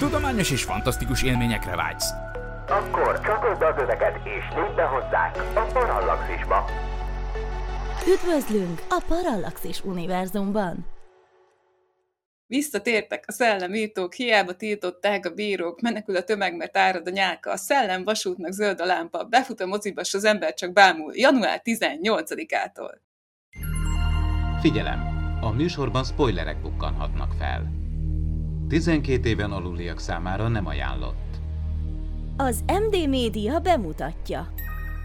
Tudományos és fantasztikus élményekre vágysz? Akkor csatold az öveket és lépj be hozzánk a Parallaxisba! Üdvözlünk a Parallaxis univerzumban! Visszatértek a szellemírtók, hiába tiltották a bírók, menekül a tömeg, mert árad a nyálka, a szellem vasútnak zöld a lámpa, befut a moziba, s az ember csak bámul, január 18-ától. Figyelem! A műsorban spoilerek bukkanhatnak fel. 12 éven aluliak számára nem ajánlott. Az MD Média bemutatja.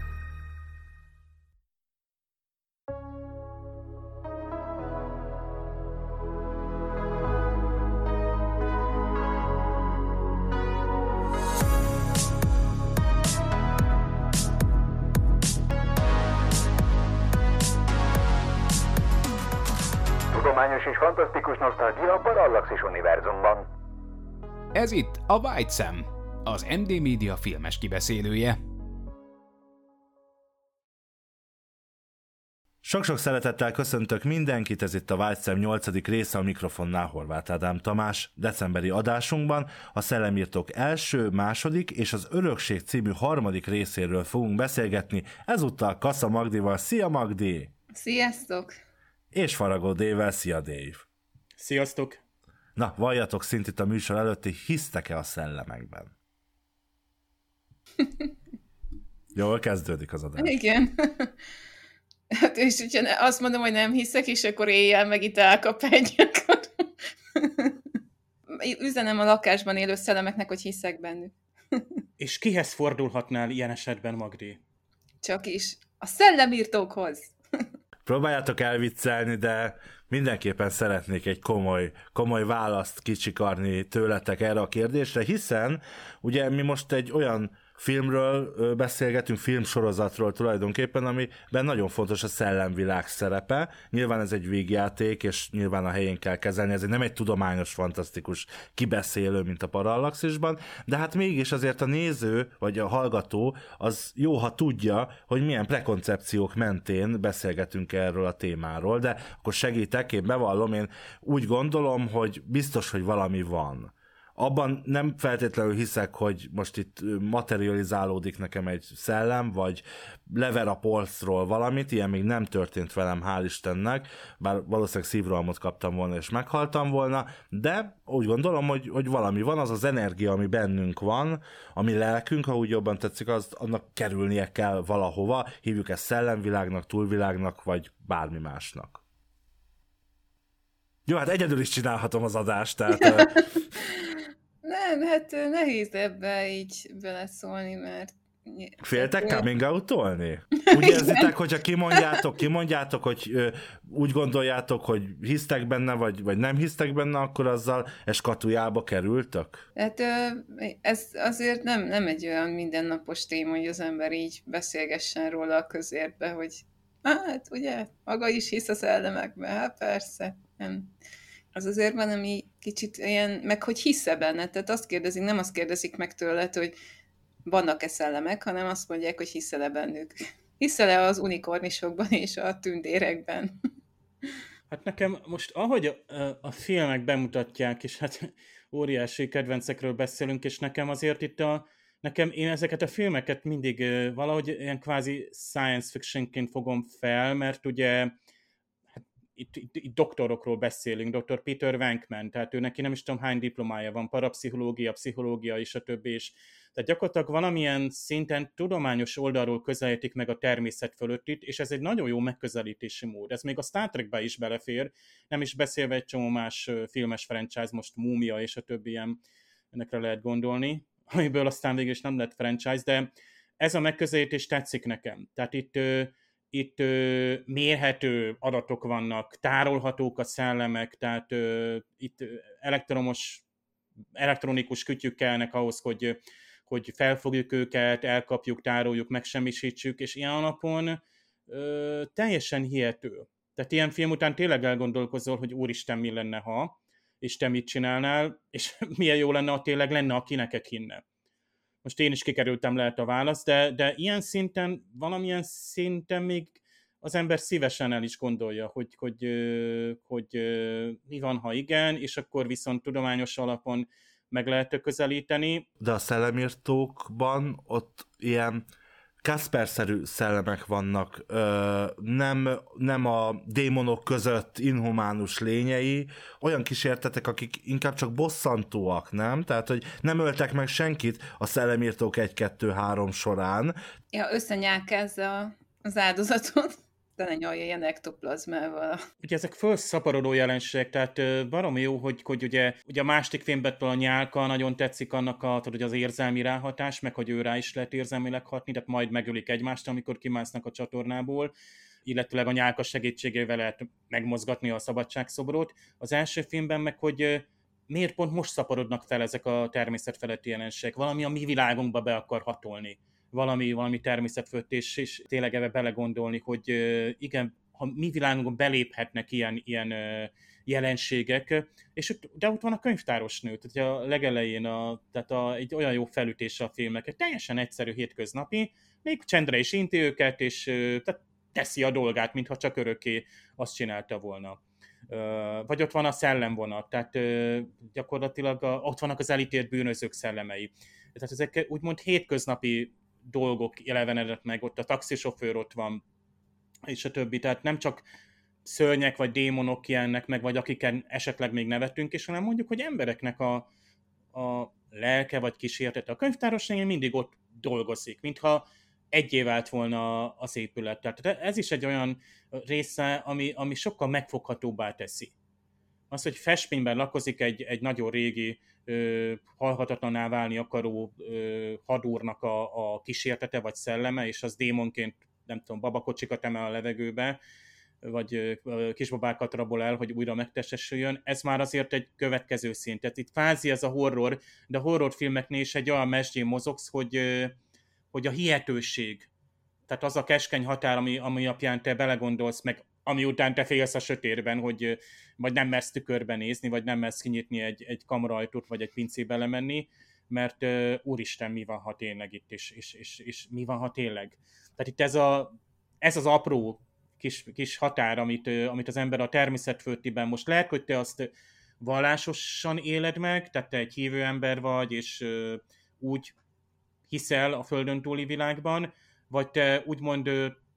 Tudományos és fantasztikus nosztalgia a Parallaxis univerzumban. Ez itt a White Sam, az MD Media filmes kibeszélője. Sok-sok szeretettel köszöntök mindenkit, ez itt a White Sam 8. része, a mikrofonnál Horváth Ádám Tamás. Decemberi adásunkban a Szellemírtók első, második és az Örökség című harmadik részéről fogunk beszélgetni, ezúttal Kassa Magdival. Szia Magdi! Sziasztok! És Faragó Dével. Szia Dave! Sziasztok! Na, valljatok szint itt a műsor előtti, hisztek-e a szellemekben? Jól kezdődik az adás. Igen. Hát és hogyha azt mondom, hogy nem hiszek, és akkor éjjel meg itt elkap egy, akkor... Üzenem a lakásban élő szellemeknek, hogy hiszek bennük. És kihez fordulhatnál ilyen esetben, Magdi? Csak is a szellemírtókhoz. Próbáljátok elviccelni, de mindenképpen szeretnék egy komoly választ kicsikarni tőletek erre a kérdésre, hiszen ugye mi most egy olyan filmről beszélgetünk, filmsorozatról tulajdonképpen, amiben nagyon fontos a szellemvilág szerepe. Nyilván ez egy vígjáték, és nyilván a helyén kell kezelni, ez nem egy tudományos, fantasztikus kibeszélő, mint a Parallaxisban, de hát mégis azért a néző, vagy a hallgató, az jó, ha tudja, hogy milyen prekoncepciók mentén beszélgetünk erről a témáról, de akkor segítek, én bevallom, én úgy gondolom, hogy biztos, hogy valami van. Abban nem feltétlenül hiszek, hogy most itt materializálódik nekem egy szellem, vagy lever a polcról valamit, ilyen még nem történt velem, hál' Istennek, bár valószínűleg szívrohamot kaptam volna és meghaltam volna, de úgy gondolom, hogy valami van, az az energia, ami bennünk van, ami lelkünk, ha úgy jobban tetszik, annak kerülnie kell valahova, hívjuk ezt szellemvilágnak, túlvilágnak, vagy bármi másnak. Jó, hát egyedül is csinálhatom az adást, tehát... Nem, hát nehéz ebbe így beleszólni, mert... Féltek coming out-olni? Úgy érzitek, hogyha kimondjátok, hogy úgy gondoljátok, hogy hisztek benne, vagy nem hisztek benne, akkor azzal eskatujába kerültök? Hát ez azért nem egy olyan mindennapos téma, hogy az ember így beszélgessen róla a közértbe, hogy hát ugye, maga is hisz a szellemekben, hát persze, nem... Az azért van, ami kicsit ilyen, meg hogy hisz-e benne, tehát nem azt kérdezik meg tőled, hogy vannak-e szellemek, hanem azt mondják, hogy hiszel-e bennük. Hiszel-e az unikornisokban és a tündérekben? Hát nekem most, ahogy a filmek bemutatják, és hát óriási kedvencekről beszélünk, és nekem azért én ezeket a filmeket mindig valahogy ilyen kvázi science fictionként fogom fel, mert ugye itt doktorokról beszélünk, dr. Peter Venkman, tehát ő neki nem is tudom hány diplomája van, parapszichológia, pszichológia és a többi is. Tehát gyakorlatilag valamilyen szinten tudományos oldalról közelítik meg a természet fölöttit, és ez egy nagyon jó megközelítési mód. Ez még a Star Trekbe is belefér, nem is beszélve egy csomó más filmes franchise, most Múmia és a többi ilyen, ennek lehet gondolni, amiből aztán végül is nem lett franchise, de ez a megközelítés tetszik nekem. Tehát itt mérhető adatok vannak, tárolhatók a szellemek, tehát itt elektronikus kütyük kellnek ahhoz, hogy felfogjuk őket, elkapjuk, tároljuk, megsemmisítsük, és ilyen alapon teljesen hihető. Tehát ilyen film után tényleg elgondolkozol, hogy úristen, mi lenne, ha, és te mit csinálnál, és milyen jó lenne, ha tényleg lenne, aki neked hinne. Most én is kikerültem lehet a választ, de ilyen szinten, valamilyen szinten még az ember szívesen el is gondolja, hogy mi van, ha igen, és akkor viszont tudományos alapon meg lehet közelíteni. De a szellemírtókban ott ilyen Kasper-szerű szellemek vannak, nem a démonok között inhumánus lényei, olyan kísértetek, akik inkább csak bosszantóak, nem? Tehát, hogy nem öltek meg senkit a szellemírtók 1-2-3 során. Ja, összenyálkázza az áldozatot, de ne nyalja ilyen ektoplazmával. Ugye ezek felszaporodó jelenségek, tehát baromi jó, hogy ugye a másik filmben a nyálka nagyon tetszik annak hogy az érzelmi ráhatás, meg hogy ő rá is lehet érzelmileg hatni, tehát majd megölik egymást, amikor kimásznak a csatornából, illetőleg a nyálka segítségével lehet megmozgatni a szabadságszobrot. Az első filmben meg, hogy miért pont most szaporodnak fel ezek a természetfeletti jelenségek, valami a mi világunkba be akar hatolni. Valami természetfölött, és tényleg ebbe belegondolni, hogy igen, ha mi világunkon beléphetnek ilyen jelenségek, de ott van a könyvtáros nő, tehát a legelején egy olyan jó felütése a filmnek, teljesen egyszerű hétköznapi, még csendre is inti őket, és tehát teszi a dolgát, mintha csak örökké azt csinálta volna. Vagy ott van a szellemvonat, tehát gyakorlatilag ott vannak az elítélt bűnözők szellemei. Tehát ezek úgymond hétköznapi dolgok elevenedett meg, ott a taxisofőr ott van, és a többi, tehát nem csak szörnyek vagy démonok jelennek meg, vagy akiken esetleg még nevetünk is, hanem mondjuk, hogy embereknek a lelke vagy kísértete. A könyvtárosnál mindig ott dolgozik, mintha egyé vált volna az épület. Tehát ez is egy olyan része, ami sokkal megfoghatóbbá teszi. Az, hogy festményben lakozik egy nagyon régi, halhatatlaná válni akaró hadúrnak a kísértete vagy szelleme, és az démonként, nem tudom, babakocsikat emel a levegőbe, vagy kisbabákat rabol el, hogy újra megtestesüljön, ez már azért egy következő szint. Tehát itt kvázi ez a horror, de a horrorfilmeknél is egy olyan mesdjén mozogsz, hogy a hihetőség, tehát az a keskeny határ, ami alapján te belegondolsz, meg ami után te félsz a sötétben, hogy vagy nem mersz tükörbe nézni, vagy nem mersz kinyitni egy kamraajtót, vagy egy pincébe lemenni, mert úristen, mi van, ha tényleg itt, és mi van, ha tényleg. Tehát itt ez az apró kis határ, amit az ember a természetföltiben most lehet, hogy te azt vallásosan éled meg, tehát te egy hívő ember vagy, és úgy hiszel a földön túli világban, vagy te úgymond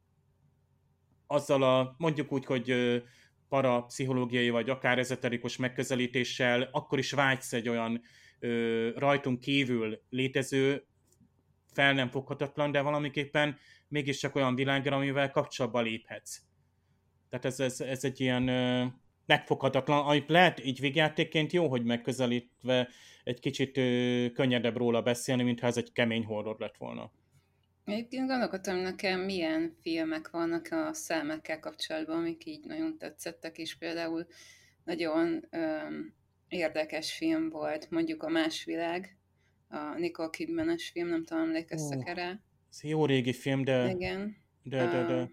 azzal mondjuk úgy, hogy parapszichológiai vagy akár ezoterikus megközelítéssel akkor is vágysz egy olyan rajtunk kívül létező, fel nem foghatatlan, de valamiképpen mégiscsak olyan világra, amivel kapcsolatba léphetsz. Tehát ez egy ilyen megfoghatatlan, amit lehet így végjátékként jó, hogy megközelítve egy kicsit könnyedebb róla beszélni, mintha ez egy kemény horror lett volna. Egyébként gondolkodtam, nekem milyen filmek vannak a szellemekkel kapcsolatban, amik így nagyon tetszettek, és például nagyon érdekes film volt, mondjuk a Más világ, a Nicole Kidman-es film, nem tudom, emlékeztek erre. Ez jó régi film, de... Igen. De.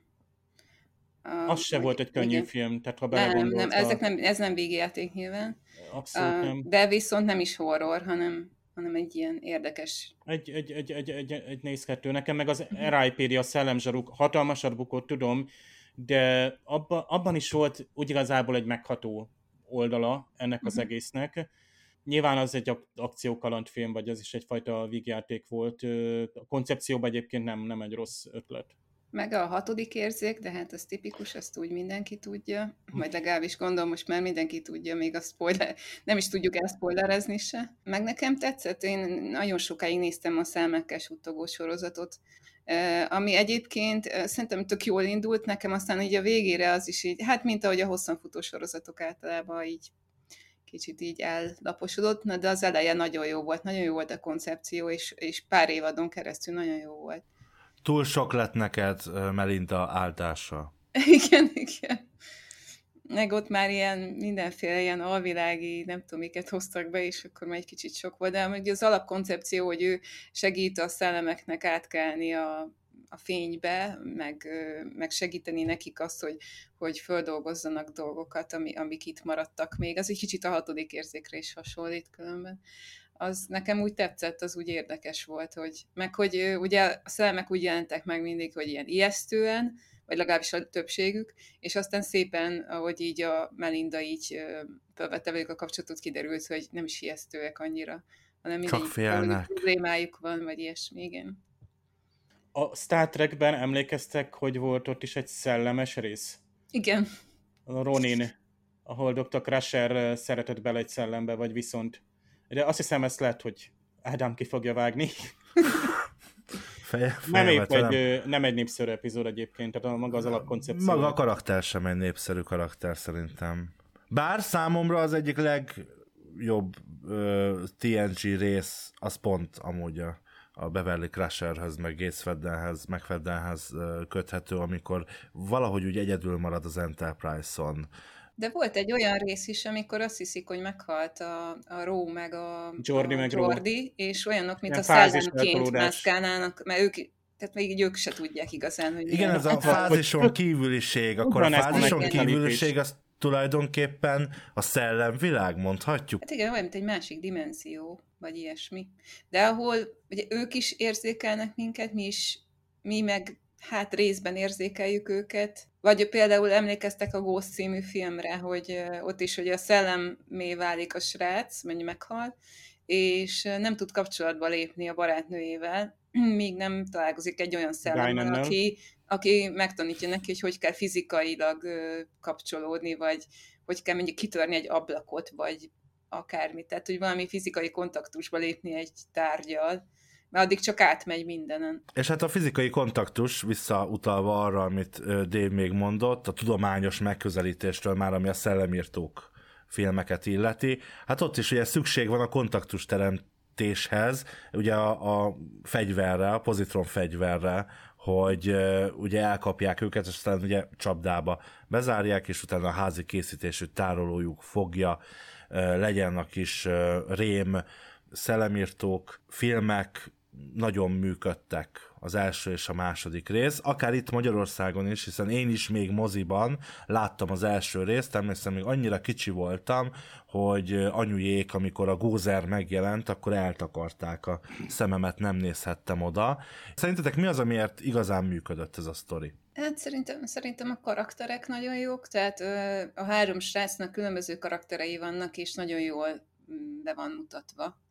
Az se volt egy könnyű film, tehát ha belegondolsz... Ez nem végjáték nyilván. Abszolút nem. De viszont nem is horror, hanem egy ilyen érdekes... Egy nézhető. Nekem meg az R.I.P.D. a Szellemzsaruk hatalmasat bukott, tudom, de abban is volt úgy igazából egy megható oldala ennek az egésznek. Nyilván az egy akciókalandfilm, vagy az is egyfajta vígjáték volt. A koncepcióban egyébként nem egy rossz ötlet. Meg a 6. érzék, de hát ez tipikus, ezt úgy mindenki tudja. Majd legalábbis gondolom, most már mindenki tudja, még a spoiler, nem is tudjuk elspoilerezni se. Meg nekem tetszett, én nagyon sokáig néztem a Szellemekkel suttogó sorozatot, ami egyébként szerintem tök jól indult, nekem aztán így a végére az is így, hát mint ahogy a hosszanfutó sorozatok általában így kicsit így ellaposodott, de az eleje nagyon jó volt a koncepció, és pár évadon keresztül nagyon jó volt. Túl sok lett neked Melinda áldása. Igen. Meg ott már ilyen mindenféle ilyen alvilági, nem tudom, miket hoztak be, és akkor már egy kicsit sok volt, de ugye az alapkoncepció, hogy ő segít a szellemeknek átkelni a fénybe, meg segíteni nekik azt, hogy földolgozzanak dolgokat, amik itt maradtak még. Az egy kicsit a 6. érzékre is hasonlít különben. Az nekem úgy tetszett, az úgy érdekes volt, hogy ugye a szellemek úgy jelentek meg mindig, hogy ilyen ijesztően, vagy legalábbis a többségük, és aztán szépen, ahogy így a Melinda így felvette velük a kapcsolatot, kiderült, hogy nem is ijesztőek annyira, hanem Csak félnek. Problémájuk van, vagy ilyesmi, igen. A Star Trekben emlékeztek, hogy volt ott is egy szellemes rész? Igen. A Ronin, ahol Dr. Crusher szeretett bele egy szellembe, vagy viszont. De azt hiszem, ezt lehet, hogy Ádám ki fogja vágni. Nem egy népszerű epizód egyébként, tehát maga az alapkoncepció. Maga a karakter sem egy népszerű karakter szerintem. Bár számomra az egyik legjobb TNG rész, az pont amúgy a Beverly Crusherhez, meg Gates McFaddenhez köthető, amikor valahogy úgy egyedül marad az Enterprise-on. De volt egy olyan rész is, amikor azt hiszik, hogy meghalt a Ró meg a Jordi, és olyanok, mint a szellemként mászkálnának, mert ők, tehát még ők se tudják igazán, hogy igen, ez a fázison kívüliség, akkor a fázison kívüliség az tulajdonképpen a szellemvilág, mondhatjuk? Hát igen, olyan, mint egy másik dimenzió, vagy ilyesmi. De ahol ugye ők is érzékelnek minket, mi meg hát részben érzékeljük őket. Vagy például emlékeztek a Ghost című filmre, hogy ott is, hogy a szellemmé válik a srác, mennyi meghal, és nem tud kapcsolatba lépni a barátnőjével, míg nem találkozik egy olyan szellemmel, aki megtanítja neki, hogy kell fizikailag kapcsolódni, vagy hogy kell mondjuk kitörni egy ablakot, vagy akármit. Tehát, hogy valami fizikai kontaktusba lépni egy tárgyal, mert addig csak átmegy mindenen. És hát a fizikai kontaktus, visszautalva arra, amit Dave még mondott, a tudományos megközelítésről már, ami a szellemírtók filmeket illeti, hát ott is ugye szükség van a kontaktusteremtéshez, ugye a fegyverre, a pozitron fegyverre, hogy ugye elkapják őket, és aztán ugye csapdába bezárják, és utána a házi készítésű tárolójuk fogja, legyen a kis rém, szellemírtók, filmek nagyon működtek az első és a második rész, akár itt Magyarországon is, hiszen én is még moziban láttam az első részt, emlékszem, még annyira kicsi voltam, hogy anyujék, amikor a Gózer megjelent, akkor eltakarták a szememet, nem nézhettem oda. Szerintetek mi az, amiért igazán működött ez a sztori? Hát szerintem a karakterek nagyon jók, tehát a három srácnak különböző karakterei vannak, és nagyon jól be van mutatva.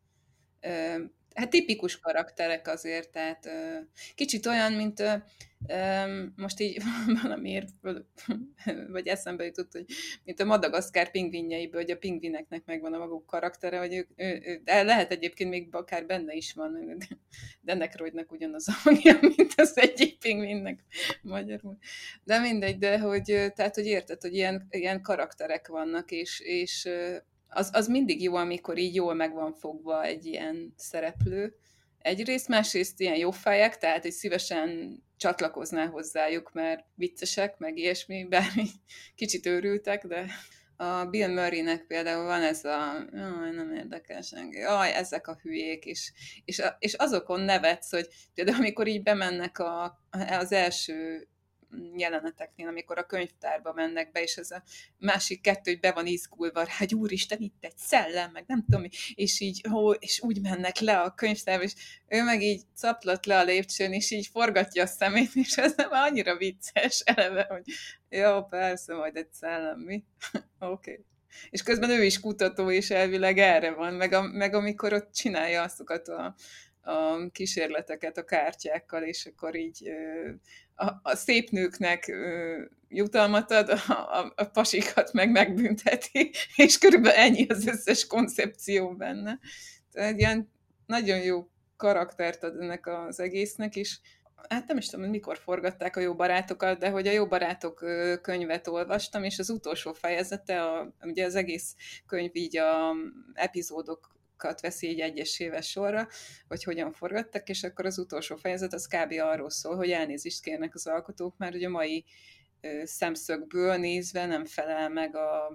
Hát tipikus karakterek azért, tehát kicsit olyan, mint most így valamiért vagy eszembe jutott, hogy mint a Madagaszkár pingvinjeiből, hogy a pingvineknek megvan a maguk karaktere, vagy de lehet egyébként még akár benne is van, de Nekroidnak ugyanaz a hangja, mint az egyik pingvinnek magyarul. De mindegy, de hogy, tehát, hogy érted, hogy ilyen karakterek vannak, és az mindig jó, amikor így jól meg van fogva egy ilyen szereplő. Egyrészt, másrészt ilyen jó fejek, tehát hogy szívesen csatlakoznál hozzájuk, mert viccesek, meg ilyesmi, bár kicsit őrültek, de a Bill Murraynek például van ez a nem érdekes, ezek a hülyék, és azokon nevetsz, hogy például amikor így bemennek az első jeleneteknél, amikor a könyvtárba mennek be, és ez a másik kettő, hogy be van izgulva rá, hogy úristen, itt egy szellem, meg nem tudom, és így, és úgy mennek le a könyvtárba, és ő meg így caplat le a lépcsőn, és így forgatja a szemét, és ez nem annyira vicces eleve, hogy jó, persze, majd egy szellem, mi? Oké. És közben ő is kutató, és elvileg erre van, meg amikor ott csinálja azokat a kísérleteket a kártyákkal, és akkor így a szép nőknek jutalmat ad, a pasikat meg megbünteti, és körülbelül ennyi az összes koncepció benne. Tehát ilyen nagyon jó karaktert ad ennek az egésznek, és hát nem is tudom, hogy mikor forgatták a Jó barátokat, de hogy a Jó barátok könyvet olvastam, és az utolsó fejezete, ugye az egész könyv így a epizódok veszi így egyesével sorra, vagy hogyan forgattak, és akkor az utolsó fejezet az kb. Arról szól, hogy elnézést kérnek az alkotók, mert ugye a mai szemszögből nézve nem felel meg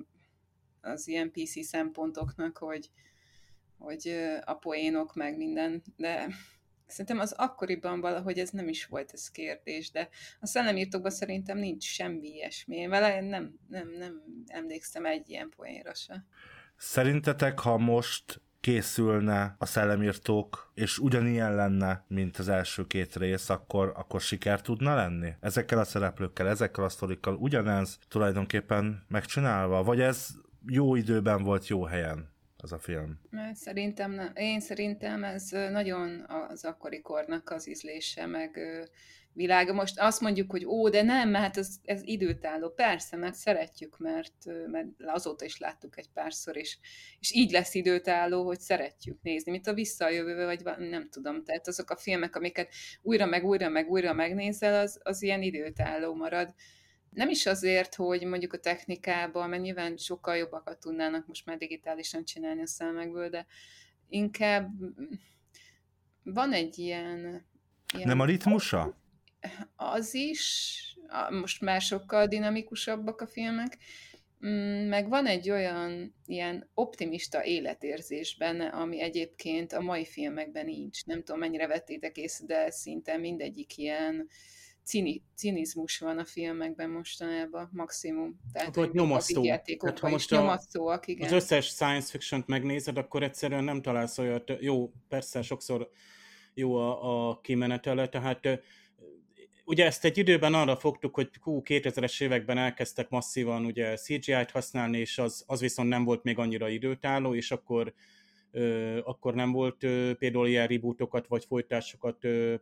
az ilyen PC szempontoknak, hogy a poénok meg minden, de szerintem az akkoriban valahogy ez nem is volt ez kérdés, de a szellemírtókban szerintem nincs semmi ilyesmi. Én vele nem emlékszem egy ilyen poénra se. Szerintetek, ha most készülne a szellemírtók, és ugyanilyen lenne, mint az első két rész, akkor siker tudna lenni? Ezekkel a szereplőkkel, ezekkel a sztorikkal ugyanez tulajdonképpen megcsinálva? Vagy ez jó időben volt, jó helyen az a film. Én szerintem ez nagyon az akkori kornak az ízlése, meg világa. Most azt mondjuk, hogy de nem, mert ez időtálló. Persze, mert szeretjük, mert azóta is láttuk egy párszor, és így lesz időtálló, hogy szeretjük nézni, mint a Vissza a jövőbe, vagy nem tudom. Tehát azok a filmek, amiket újra megnézel, az ilyen időtálló marad. Nem is azért, hogy mondjuk a technikában, mert nyilván sokkal jobbakat tudnának most már digitálisan csinálni a szemekből, de inkább van egy ilyen nem a ritmusa? Az is, most már sokkal dinamikusabbak a filmek, meg van egy olyan ilyen optimista életérzésben, ami egyébként a mai filmekben nincs. Nem tudom, mennyire vettétek észre, de szinte mindegyik ilyen cinizmus van a filmekben mostanában, maximum. Tehát, hogy nyomasztó. Tehát, ha most nyomasztóak, igen. Az összes science fiction-t megnézed, akkor egyszerűen nem találsz olyat. Jó, persze sokszor jó a kimenetele, tehát ugye ezt egy időben arra fogtuk, hogy 2000-es években elkezdtek masszívan ugye CGI-t használni, és az viszont nem volt még annyira időtálló, és akkor nem volt például ilyen rebootokat vagy folytásokat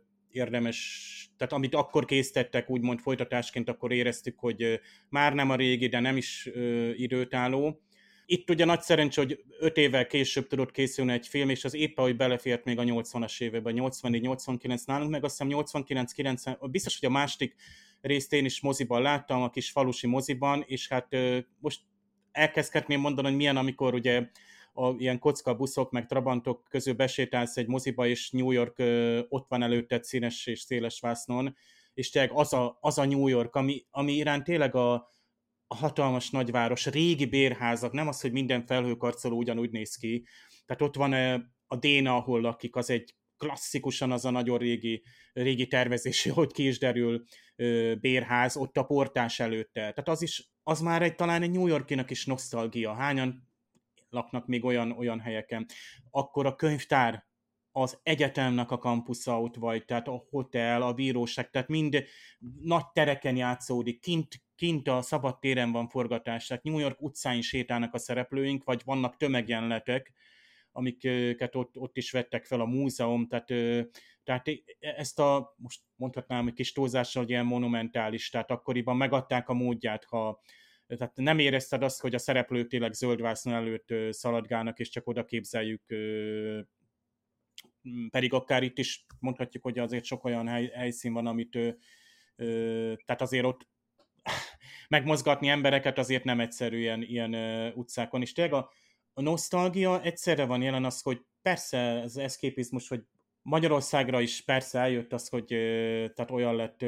érdemes, tehát amit akkor készítettek úgymond folytatásként, akkor éreztük, hogy már nem a régi, de nem is időtálló. Itt ugye nagy szerencsé, hogy 5 évvel később tudott készülni egy film, és az éppen, hogy belefért még a 80-as években, 84-89 nálunk, meg azt hiszem 89-90, biztos, hogy a második részt én is moziban láttam, a kis falusi moziban, és hát most elkezdhetném mondani, hogy milyen, amikor ugye ilyen kockabuszok, meg trabantok közül besétálsz egy moziba, és New York ott van előtted színes és széles vásznon, és tényleg az a New York, ami iránt tényleg a hatalmas nagyváros, régi bérházak, nem az, hogy minden felhőkarcoló ugyanúgy néz ki. Tehát ott van a Déna, ahol lakik, az egy klasszikusan az a nagyon régi tervezésű, hogy ki is derül bérház, ott a portás előtte. Tehát az már talán egy New Yorkinak is nosztalgia. Hányan laknak még olyan helyeken. Akkor a könyvtár, az egyetemnek a kampusza ott vagy, tehát a hotel, a bíróság, tehát mind nagy tereken játszódik, kint a szabad téren van forgatás, tehát New York utcáin sétálnak a szereplőink, vagy vannak tömegjelenetek, amiket ott is vettek fel a múzeum, tehát ezt most mondhatnám egy kis túlzással, hogy ilyen monumentális, tehát akkoriban megadták a módját, tehát nem érezted azt, hogy a szereplők tényleg zöldvászon előtt szaladgálnak, és csak oda képzeljük, pedig akár itt is mondhatjuk, hogy azért sok olyan helyszín van, amit tehát azért ott megmozgatni embereket azért nem egyszerű ilyen utcákon. És tényleg a nosztalgia egyszerre van jelen az, hogy persze az eszképizmus, hogy Magyarországra is persze eljött az, hogy tehát olyan lett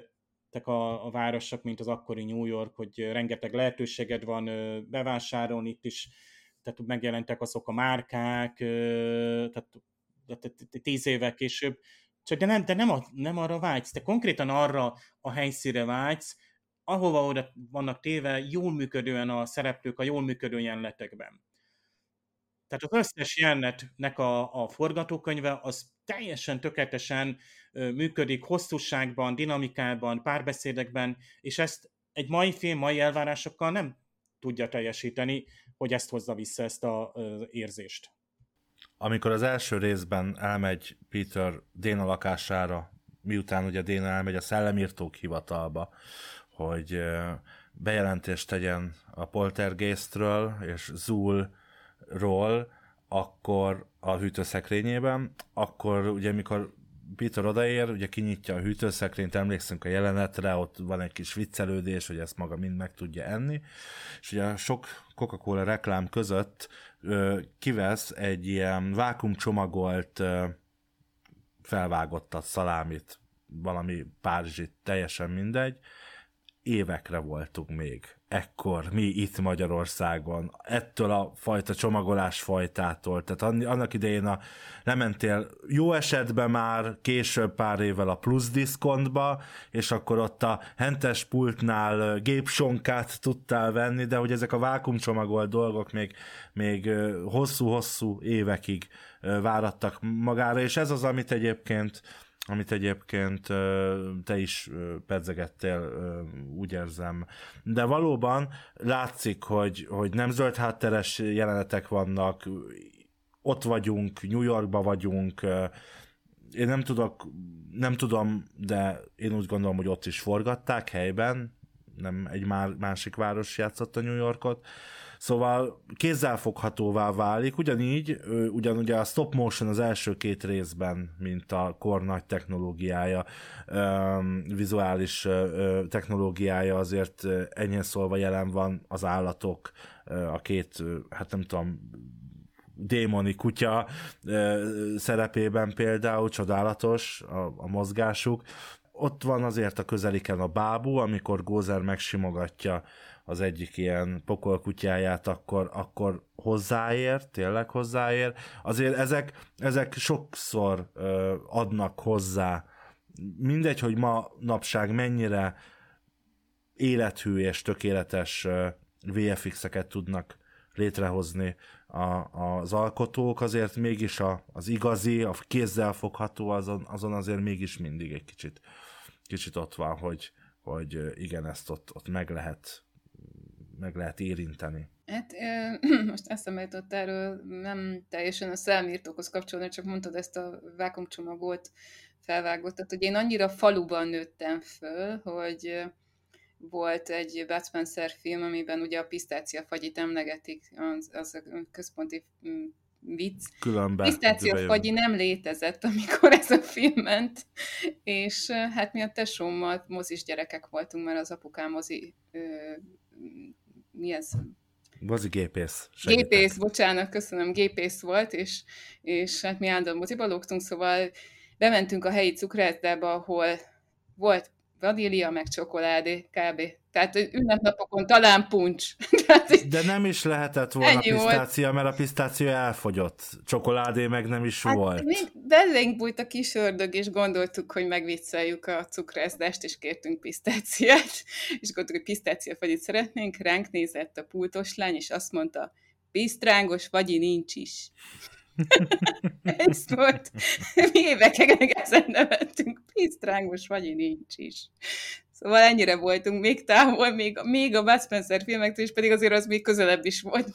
a városok, mint az akkori New York, hogy rengeteg lehetőséged van bevásárolni, itt is tehát megjelentek azok a márkák, tehát 10 évvel később, csak de nem arra vágysz, te konkrétan arra a helyszínre vágysz, ahova oda vannak téve jól működően a szereplők a jól működő jelenetekben. Tehát az összes jelenetnek a forgatókönyve az teljesen tökéletesen működik hosszúságban, dinamikában, párbeszédekben, és ezt egy mai film, mai elvárásokkal nem tudja teljesíteni, hogy ezt hozza vissza, ezt az érzést. Amikor az első részben elmegy Peter Déna lakására, miután ugye Déna elmegy a szellemírtók hivatalba, hogy bejelentést tegyen a poltergeistről és Zulról, akkor a hűtőszekrényében, akkor ugye mikor Peter odaér, ugye kinyitja a hűtőszekrényt, emlékszünk a jelenetre, ott van egy kis viccelődés, hogy ezt maga mind meg tudja enni, és ugye a sok Coca-Cola reklám között kivesz egy ilyen vákuumcsomagolt felvágottat, szalámit, valami párizsit, teljesen mindegy. Évekre voltunk még. Ekkor mi itt Magyarországon, ettől a fajta csomagolás fajtától. Tehát annak idején lementél jó esetben már később pár évvel a plusz diszkontba, és akkor ott a hentes pultnál gépsonkát tudtál venni, de hogy ezek a vákuumcsomagolt dolgok még hosszú-hosszú évekig várattak magára, és ez az, amit egyébként amit egyébként te is pedzegettél, úgy érzem. De valóban látszik, hogy nem zöld hátteres jelenetek vannak, ott vagyunk, New Yorkba vagyunk, én nem tudom, de én úgy gondolom, hogy ott is forgatták helyben, nem egy másik város játszott a New Yorkot, szóval kézzelfoghatóvá válik, ugyanúgy a stop motion az első 2 részben, mint a kor nagy technológiája, vizuális technológiája azért ennyi szólva jelen van, az állatok, a 2, hát nem tudom, démoni kutya szerepében például, csodálatos a mozgásuk. Ott van azért a közeliken a bábú, amikor Gozer megsimogatja az egyik ilyen pokolkutyáját, akkor tényleg hozzáér. Azért ezek sokszor adnak hozzá. Mindegy, hogy ma napság mennyire élethű és tökéletes VFX-eket tudnak létrehozni az alkotók, azért mégis az igazi, a kézzel fogható, azon azért mégis mindig egy kicsit ott van, hogy igen, ezt ott meg lehet érinteni. Hát most eszembe jutott erről, nem teljesen a szellemírtókhoz kapcsolódni, csak mondtad ezt a vákumcsomagolt felvágott. Tehát, hogy én annyira faluban nőttem föl, hogy volt egy Bud Spencer film, amiben ugye a pisztáciafagyit emlegetik, az a központi vicc. Pisztáciafagyi nem létezett, amikor ez a film ment, és hát mi a tesómmal mozis gyerekek voltunk, mert az apukám mi ez? Mozigépész. Gépész, bocsánat, köszönöm, gépész volt, és hát mi állandóan moziba lógtunk, szóval bementünk a helyi cukrászdába, ahol volt vanília, meg csokoládé, kb. Tehát ünnepnapokon talán puncs. De nem is lehetett volna pisztácia, mert a pisztácia elfogyott. Csokoládé meg nem is volt. Még belénk bújt a kis ördög, és gondoltuk, hogy megvicceljük a cukrászdást, és kértünk pisztáciát. És gondoltuk, hogy pisztáciafagyit szeretnénk. Ránk nézett a pultos lány, és azt mondta, pisztrángos fagyi nincs is. Ez volt. Mi évekig ezen nevettünk, pisztrángos fagyi nincs is. Szóval ennyire voltunk még távol, még a Bud Spencer filmektől, és pedig azért az még közelebb is volt,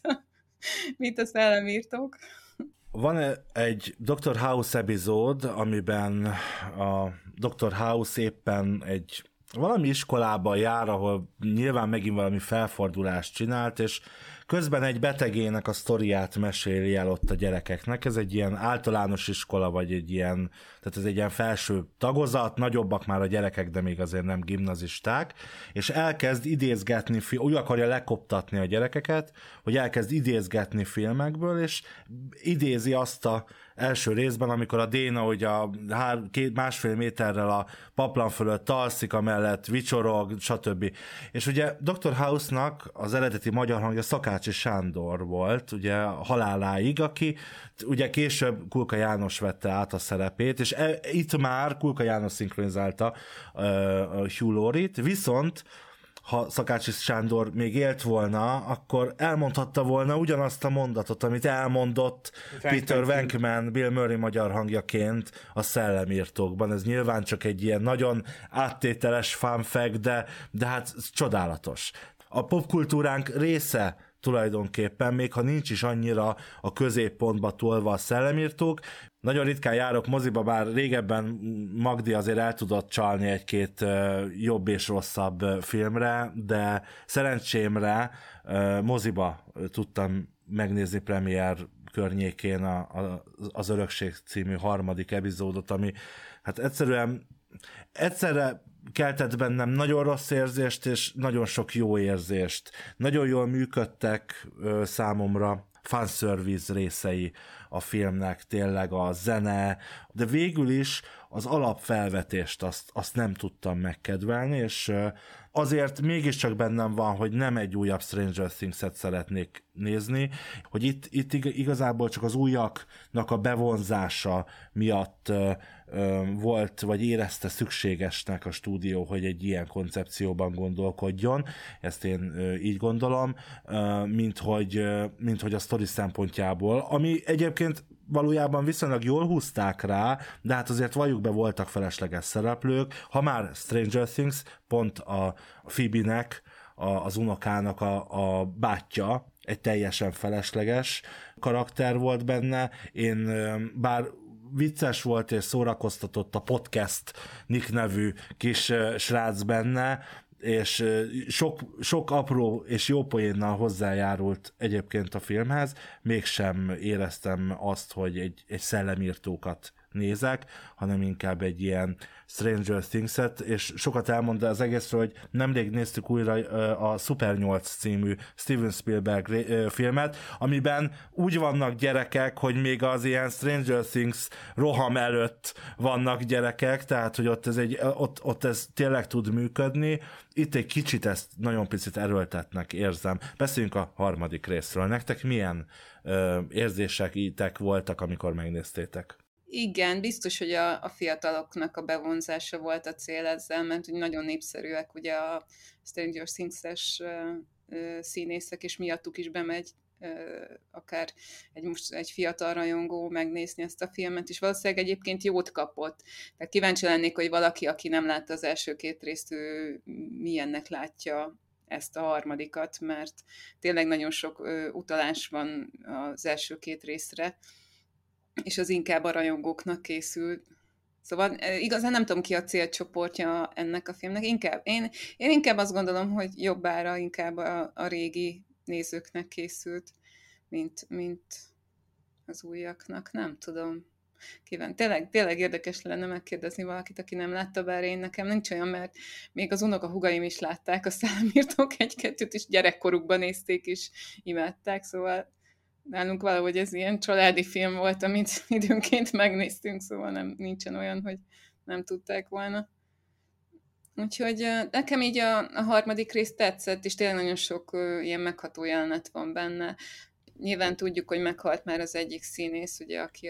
mint a szellemírtók. Van egy Dr. House epizód, amiben a Dr. House éppen valami iskolában jár, ahol nyilván megint valami felfordulást csinált, és közben egy betegének a sztoriát meséli el ott a gyerekeknek. Ez egy ilyen általános iskola, vagy tehát ez egy ilyen felső tagozat, nagyobbak már a gyerekek, de még azért nem gimnazisták, és elkezd idézgetni, úgy akarja lekoptatni a gyerekeket, hogy elkezd idézgetni filmekből, és idézi azt a első részben, amikor a Déna ugye a 1,5 méterrel a paplan fölött alszik, amellett vicsorog, stb. És ugye Dr. House-nak az eredeti magyar hangja Szakácsi Sándor volt, ugye haláláig, aki ugye később Kulka János vette át a szerepét, és itt már Kulka János szinkronizálta Hugh Laurie-t, viszont ha Szakácsi Sándor még élt volna, akkor elmondhatta volna ugyanazt a mondatot, amit elmondott Peter Venkman, Bill Murray magyar hangjaként a Szellemírtókban. Ez nyilván csak egy ilyen nagyon áttételes fun fact, de hát csodálatos. A popkultúránk része tulajdonképpen, még ha nincs is annyira a középpontba tolva a Szellemírtók. Nagyon ritkán járok moziba, bár régebben Magdi azért el tudott csalni egy-két jobb és rosszabb filmre, de szerencsémre moziba tudtam megnézni premier környékén az Örökség című 3. epizódot, ami hát egyszerre keltett bennem nagyon rossz érzést, és nagyon sok jó érzést. Nagyon jól működtek számomra fanservice részei a filmnek, tényleg a zene, de végül is az alapfelvetést azt nem tudtam megkedvelni, és azért mégiscsak bennem van, hogy nem egy újabb Stranger Things-et szeretnék nézni, hogy itt igazából csak az újaknak a bevonzása miatt volt, vagy érezte szükségesnek a stúdió, hogy egy ilyen koncepcióban gondolkodjon. Ezt én így gondolom, mint hogy a sztori szempontjából, ami egyébként valójában viszonylag jól húzták rá, de hát azért valljuk be, voltak felesleges szereplők. Ha már Stranger Things, pont a Phoebe-nek, az unokának a bátyja egy teljesen felesleges karakter volt benne. Én bár vicces volt és szórakoztatott a podcast Nick nevű kis srác benne, és sok apró és jó poénnal hozzájárult egyébként a filmhez, mégsem éreztem azt, hogy egy szellemírtókat nézek, hanem inkább egy ilyen Stranger Things-et, és sokat elmond az egészről, hogy nemrég néztük újra a Super 8 című Steven Spielberg filmet, amiben úgy vannak gyerekek, hogy még az ilyen Stranger Things roham előtt vannak gyerekek, tehát hogy ott ez tényleg tud működni. Itt egy kicsit ezt nagyon picit erőltetnek érzem. Beszéljünk a harmadik részről. Nektek milyen érzések voltak, amikor megnéztétek? Igen, biztos, hogy a fiataloknak a bevonzása volt a cél ezzel, mert hogy nagyon népszerűek ugye a Stranger Things-es színészek, és miattuk is bemegy akár egy fiatal rajongó megnézni ezt a filmet, és valószínűleg egyébként jót kapott. Tehát kíváncsi lennék, hogy valaki, aki nem látta az első 2 részt, ő milyennek látja ezt a harmadikat, mert tényleg nagyon sok utalás van az első 2 részre, és az inkább a rajongóknak készült. Szóval igazán nem tudom, ki a célcsoportja ennek a filmnek. Én inkább azt gondolom, hogy jobbára inkább a régi nézőknek készült, mint az újaknak. Nem tudom. Tényleg érdekes lenne megkérdezni valakit, aki nem látta, bár nekem nincs olyan, mert még az unokahúgaim is látták a Szellemírtók 1-2-t, és gyerekkorukban nézték, és imádták, szóval nálunk valahogy ez ilyen családi film volt, amit időnként megnéztünk, szóval nincsen olyan, hogy nem tudták volna. Úgyhogy nekem így a harmadik rész tetszett, és tényleg nagyon sok ilyen megható jelenet van benne. Nyilván tudjuk, hogy meghalt már az egyik színész, ugye, aki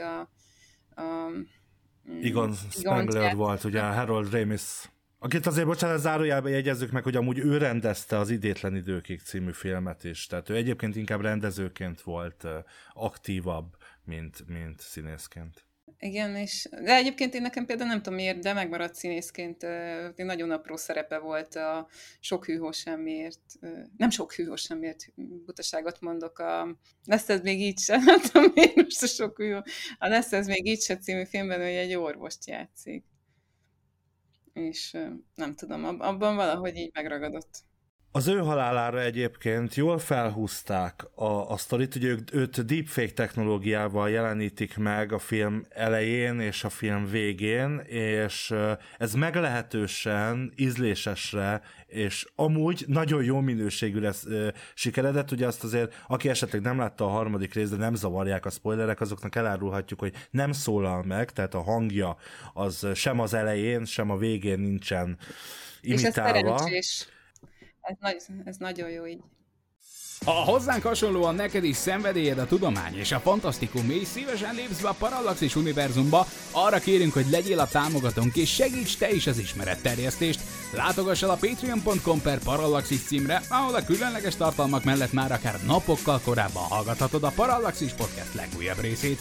Egon Spengler volt, ugye, Harold Ramis. Akit azért, bocsánat, zárójelben jegyezzük meg, hogy amúgy ő rendezte az Idétlen időkig című filmet is, tehát ő egyébként inkább rendezőként volt aktívabb, mint színészként. Igen, de egyébként én nekem például nem tudom miért, de megmaradt színészként, nagyon apró szerepe volt a Sok hűhó semmiért, nem Sok hűhó semmiért, butaságot mondok, Lesz ez még így se, nem tudom miért most a Sok hűhó, a Lesz ez még így se című filmben, hogy egy orvost játszik. És nem tudom, abban valahogy így megragadott. Az ő halálára egyébként jól felhúzták a sztorit, ugye őt deepfake technológiával jelenítik meg a film elején és a film végén, és ez meglehetősen ízlésesre, és amúgy nagyon jó minőségű lesz sikeredett, ugye azt azért, aki esetleg nem látta a harmadik részt, de nem zavarják a spoilerek, azoknak elárulhatjuk, hogy nem szólal meg, tehát a hangja az sem az elején, sem a végén nincsen imitálva. És ez szerencsés. Ez nagyon jó így. Ha hozzánk hasonlóan neked is szenvedélyed a tudomány és a fantasztikum, és szívesen lépsz be a Parallaxis univerzumba, arra kérünk, hogy legyél a támogatónk és segíts te is az ismeretterjesztést. Látogass el a patreon.com/Parallaxis címre, ahol a különleges tartalmak mellett már akár napokkal korábban hallgathatod a Parallaxis podcast legújabb részét.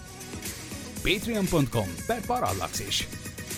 patreon.com/Parallaxis.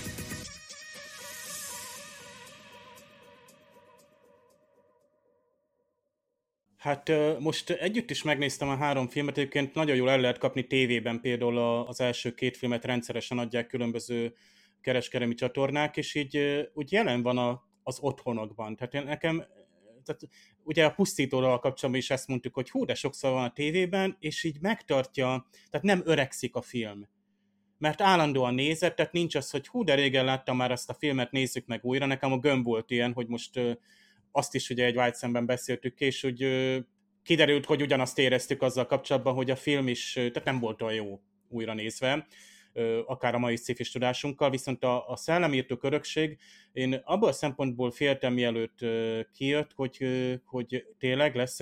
Hát most együtt is megnéztem a 3 filmet, egyébként nagyon jól el lehet kapni tévében, például az első 2 filmet rendszeresen adják különböző kereskedelmi csatornák, és így úgy jelen van az otthonokban. Tehát ugye a Pusztítóval kapcsolatban is ezt mondtuk, hogy de sokszor van a tévében, és így megtartja, tehát nem öregszik a film. Mert állandóan nézett, tehát nincs az, hogy de régen láttam már azt a filmet, nézzük meg újra. Nekem a Gömb volt ilyen, hogy most azt is ugye egy White szemben beszéltük, és úgy kiderült, hogy ugyanazt éreztük azzal kapcsolatban, hogy a film is, tehát nem volt olyan jó újra nézve, akár a mai sci-fi tudásunkkal, viszont a Szellemírtók örökség, én abban a szempontból féltem, mielőtt kijött, hogy tényleg lesz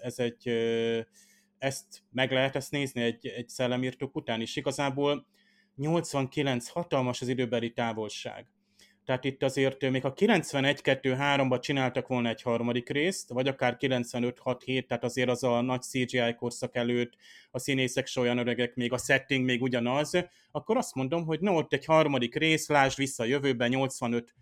ezt meg lehet ezt nézni egy Szellemírtók után is. Igazából 89 hatalmas az időbeli távolság. Tehát itt azért még a 91-2-3-ban csináltak volna egy harmadik részt, vagy akár 95-6-7, tehát azért az a nagy CGI korszak előtt, a színészek se olyan öregek, még a setting még ugyanaz, akkor azt mondom, hogy no, ott egy harmadik rész, lásd vissza a jövőben, 85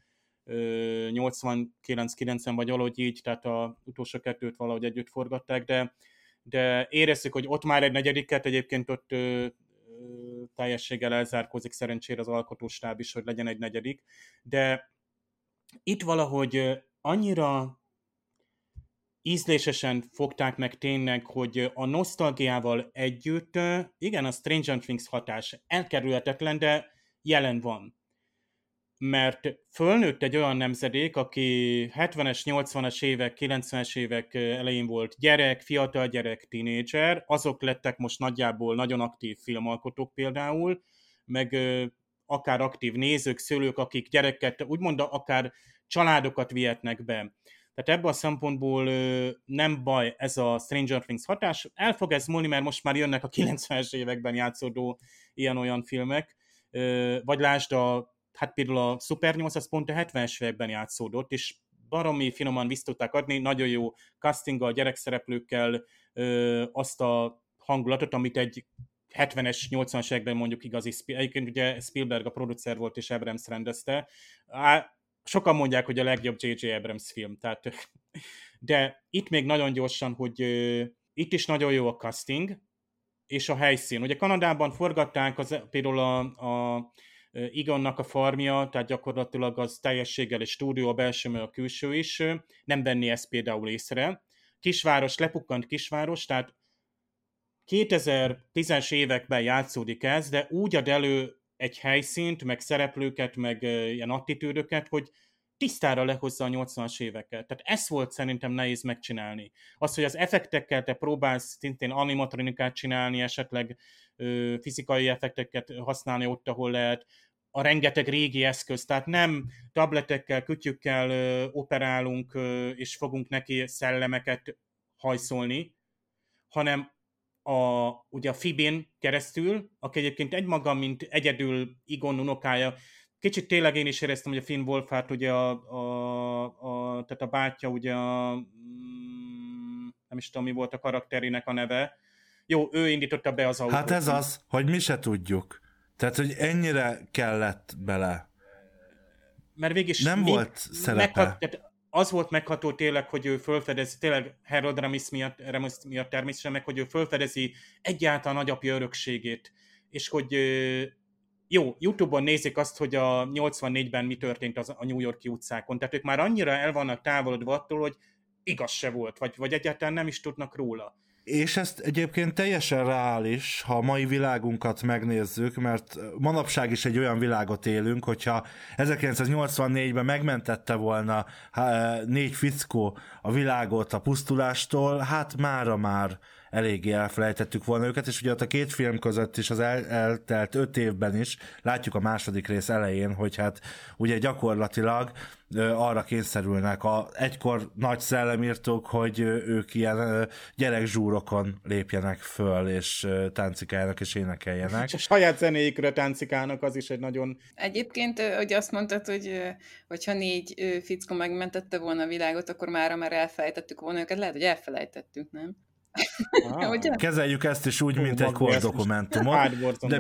89-90 vagy valahogy így, tehát az utolsó kettőt valahogy együtt forgatták, de érezzük, hogy ott már egy negyediket, egyébként ott teljességgel elzárkózik szerencsére az alkotóstáb is, hogy legyen egy negyedik, de itt valahogy annyira ízlésesen fogták meg tényleg, hogy a nosztalgiával együtt, igen, a Stranger Things hatás elkerülhetetlen, de jelen van. Mert fölnőtt egy olyan nemzedék, aki 70-es, 80-as évek, 90-es évek elején volt gyerek, fiatal gyerek, tínédzser, azok lettek most nagyjából nagyon aktív filmalkotók például, meg akár aktív nézők, szülők, akik gyereket, úgymond akár családokat vihetnek be. Tehát ebből a szempontból nem baj ez a Stranger Things hatás. El fog ez múlni, mert most már jönnek a 90-es években játszódó ilyen-olyan filmek, vagy lásd hát például a Super 8 az pont a 70-es években játszódott, és baromi finoman vissza tudták adni, nagyon jó castinggal, gyerekszereplőkkel azt a hangulatot, amit egy 70-es, 80-as években mondjuk igazi, egyébként ugye Spielberg a producer volt, és Abrams rendezte. Sokan mondják, hogy a legjobb J.J. Abrams film, tehát, de itt még nagyon gyorsan, hogy itt is nagyon jó a casting, és a helyszín. Ugye Kanadában forgatták például a Egonnak a farmja, tehát gyakorlatilag az teljességgel egy stúdió, a belső, meg a külső is, nem venni ezt például észre. Kisváros, lepukkant kisváros, tehát 2010-es években játszódik ez, de úgy ad elő egy helyszínt, meg szereplőket, meg ilyen attitűdöket, hogy tisztára lehozza a 80-as éveket. Tehát ez volt szerintem nehéz megcsinálni. Az, hogy az effektekkel te próbálsz szintén animatronikát csinálni, esetleg fizikai effekteket használni ott, ahol lehet, a rengeteg régi eszköz, tehát nem tabletekkel, kütyükkel operálunk, és fogunk neki szellemeket hajszolni, hanem ugye a Phoebe-n keresztül, aki egyébként egymaga, mint egyedül Egon unokája, kicsit tényleg én is éreztem, hogy a Finn Wolfhard, ugye tehát a bátyja, ugye nem is tudom, mi volt a karakterének a neve. Jó, ő indította be az autót. Hát ez az, hogy mi se tudjuk. Tehát, hogy ennyire kellett bele. Mert végig nem volt szerepe. Az volt megható tényleg, hogy ő fölfedezi, tényleg Harold Ramis miatt természetesen, meg hogy ő fölfedezi egyáltalán nagyapja örökségét. És hogy jó, YouTube-on nézik azt, hogy a 84-ben mi történt a New York-i utcákon. Tehát ők már annyira el vannak távolodva attól, hogy igaz se volt, vagy egyáltalán nem is tudnak róla. És ezt egyébként teljesen reális, ha a mai világunkat megnézzük, mert manapság is egy olyan világot élünk, hogyha 1984-ben megmentette volna 4 fickó a világot a pusztulástól, hát mára már eléggé elfelejtettük volna őket, és ugye ott a két film között is az eltelt 5 évben is látjuk a második rész elején, hogy hát ugye gyakorlatilag arra kényszerülnek egykor nagy szellemírtók, hogy ők ilyen gyerekzsúrokon lépjenek föl, és táncikáljanak és énekeljenek. És a saját zenéjükre táncikálnak, az is egy nagyon... Egyébként, hogy azt mondtad, hogy ha 4 fickó megmentette volna a világot, akkor már elfelejtettük volna őket. Lehet, hogy elfelejtettük, nem? Kezeljük ezt is úgy, mint egy kordokumentumot,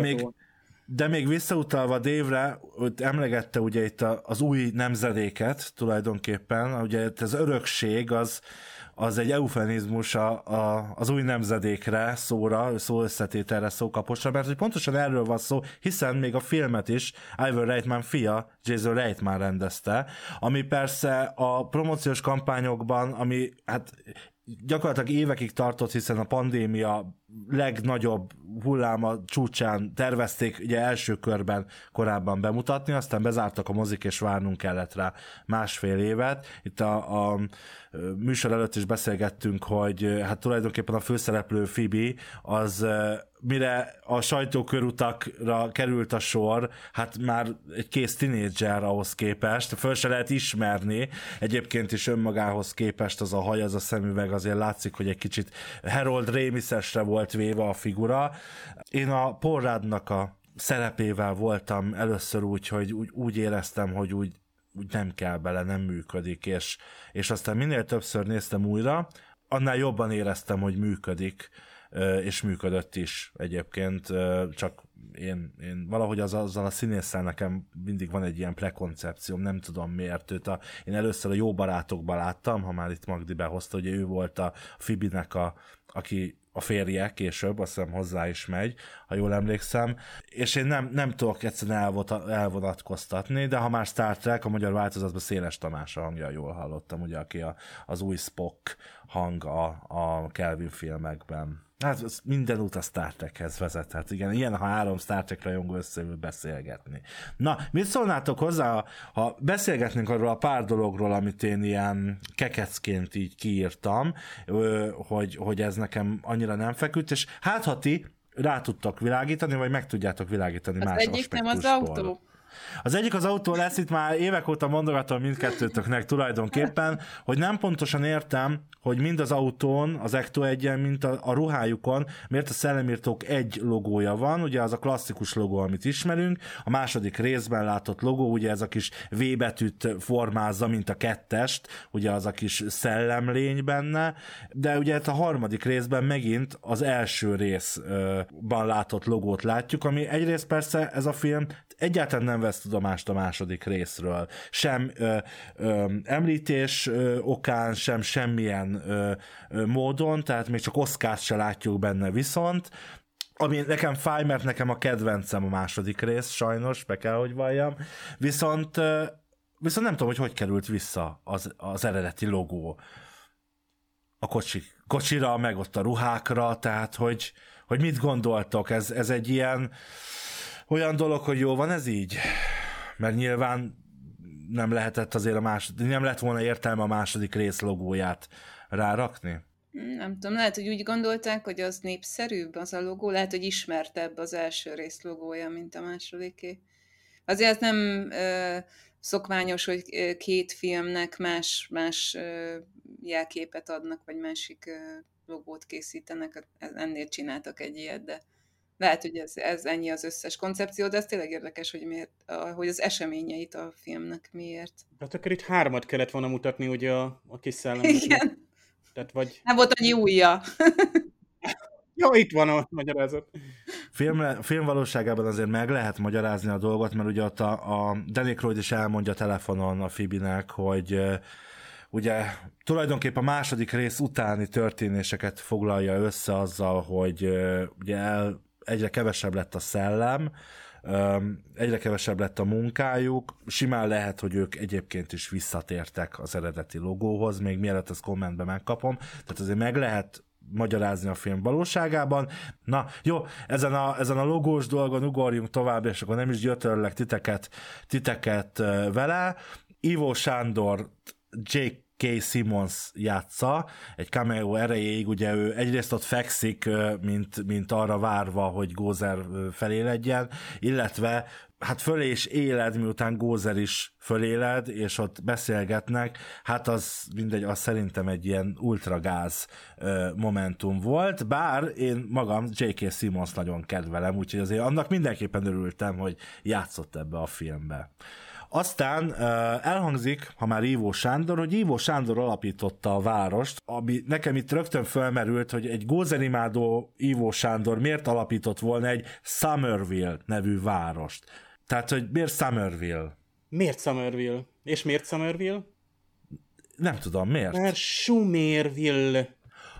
de még visszautalva Dave-re, emlegette ugye itt az új nemzedéket tulajdonképpen, ugye az örökség az egy eufemizmus az új nemzedékre, szó összetételre, szókaposra, mert hogy pontosan erről van szó, hiszen még a filmet is Ivan Reitman fia, Jason Reitman rendezte, ami persze a promóciós kampányokban, ami hát gyakorlatilag évekig tartott, hiszen a pandémia legnagyobb hulláma csúcsán tervezték ugye első körben korábban bemutatni, aztán bezártak a mozik, és várnunk kellett rá 1,5 évet. Itt a műsor előtt is beszélgettünk, hogy hát tulajdonképpen a főszereplő Phoebe az mire a sajtókörutakra került a sor, hát már egy kész tinédzser ahhoz képest, föl se lehet ismerni, egyébként is önmagához képest az a haj, az a szemüveg, azért látszik, hogy egy kicsit Harold Ramis-esre volt véve a figura. Én a Paul Ruddnak a szerepével voltam először úgy, hogy úgy éreztem, hogy úgy úgy nem kell bele, nem működik, és aztán minél többször néztem újra, annál jobban éreztem, hogy működik, és működött is egyébként, csak én valahogy azzal a színésszel nekem mindig van egy ilyen prekoncepcióm, nem tudom miért én először a Jó barátokban láttam, ha már itt Magdi behozta, hogy ő volt a Phoebe-nek aki a férje később, azt hiszem hozzá is megy, ha jól emlékszem, és én nem tudok egyszerűen elvonatkoztatni, de ha már Star Trek, a magyar változatban Széles Tamás a hangja, jól hallottam, ugye, aki az új Spock hang a Kelvin filmekben. Hát minden út a Star Trekhez vezethet. Igen, ilyen, ha 3 Star Trek rajongó összeül beszélgetni. Na, mit szólnátok hozzá, ha beszélgetnénk arról a pár dologról, amit én ilyen kekecként így kiírtam, hogy ez nekem annyira nem feküdt, és hát ha ti rá tudtok világítani, vagy meg tudjátok világítani más aspektusból. Az egyik nem az autó. Az egyik az autó lesz, itt már évek óta mondogatom mindkettőtöknek tulajdonképpen, hogy nem pontosan értem, hogy mind az autón, az Ecto 1-en, mint a ruhájukon, miért a Szellemírtók egy logója van, ugye az a klasszikus logó, amit ismerünk, a második részben látott logó, ugye ez a kis V betűt formázza, mint a 2-est, ugye az a kis szellemlény benne, de ugye a harmadik részben megint az első részben látott logót látjuk, ami egyrészt persze ez a film egyáltalán nem vesz tudomást a második részről. Sem említés okán, sem semmilyen módon, tehát még csak Oscart se látjuk benne viszont, ami nekem fáj, mert nekem a kedvencem a második rész, sajnos, be kell, hogy valljam, viszont nem tudom, hogy került vissza az eredeti logó a kocsira, meg ott a ruhákra, tehát hogy mit gondoltok, ez egy ilyen olyan dolog, hogy jó van ez így? Mert nyilván nem lehetett azért nem lett volna értelme a második rész logóját rárakni? Nem tudom, lehet, hogy úgy gondolták, hogy az népszerűbb az a logó, lehet, hogy ismertebb az első rész logója, mint a másodiké. Azért nem szokványos, hogy két filmnek más jelképet adnak, vagy másik logót készítenek, ennél csináltak egy ilyet, de lehet, hogy ez ennyi az összes koncepció, de ez tényleg érdekes, hogy az eseményeit a filmnek miért. Hát akkor itt 3 kellett volna mutatni, ugye a kis szellem. Igen. Tehát vagy... Nem volt annyi ujja. Jó, itt van a magyarázat. Film valóságában azért meg lehet magyarázni a dolgot, mert ugye ott a Danny Croyd is elmondja telefonon a Phoebe-nek, hogy ugye tulajdonképpen a második rész utáni történéseket foglalja össze azzal, hogy ugye egyre kevesebb lett a szellem, egyre kevesebb lett a munkájuk, simán lehet, hogy ők egyébként is visszatértek az eredeti logóhoz, még mielőtt ezt kommentben megkapom, tehát azért meg lehet magyarázni a film valóságában. Na, jó, ezen a logós dolgon ugorjunk tovább, és akkor nem is gyötörlek titeket vele. Ivo Sándor, J.K. Simmons játsza, egy cameo erejéig, ugye ő egyrészt ott fekszik, mint arra várva, hogy Gozer föléledjen, illetve hát fölé is éled, miután Gozer is föléled, és ott beszélgetnek, hát az mindegy, az szerintem egy ilyen ultragáz momentum volt, bár én magam J.K. Simmons nagyon kedvelem, úgyhogy azért annak mindenképpen örültem, hogy játszott ebbe a filmbe. Aztán elhangzik, ha már Ivo Sándor, hogy Ivo Sándor alapította a várost, ami nekem itt rögtön felmerült, hogy egy gózerimádó Ivo Sándor miért alapított volna egy Somerville nevű várost. Tehát, hogy miért Somerville? Miért Somerville? És miért Somerville? Nem tudom, miért? Mert Sumerville.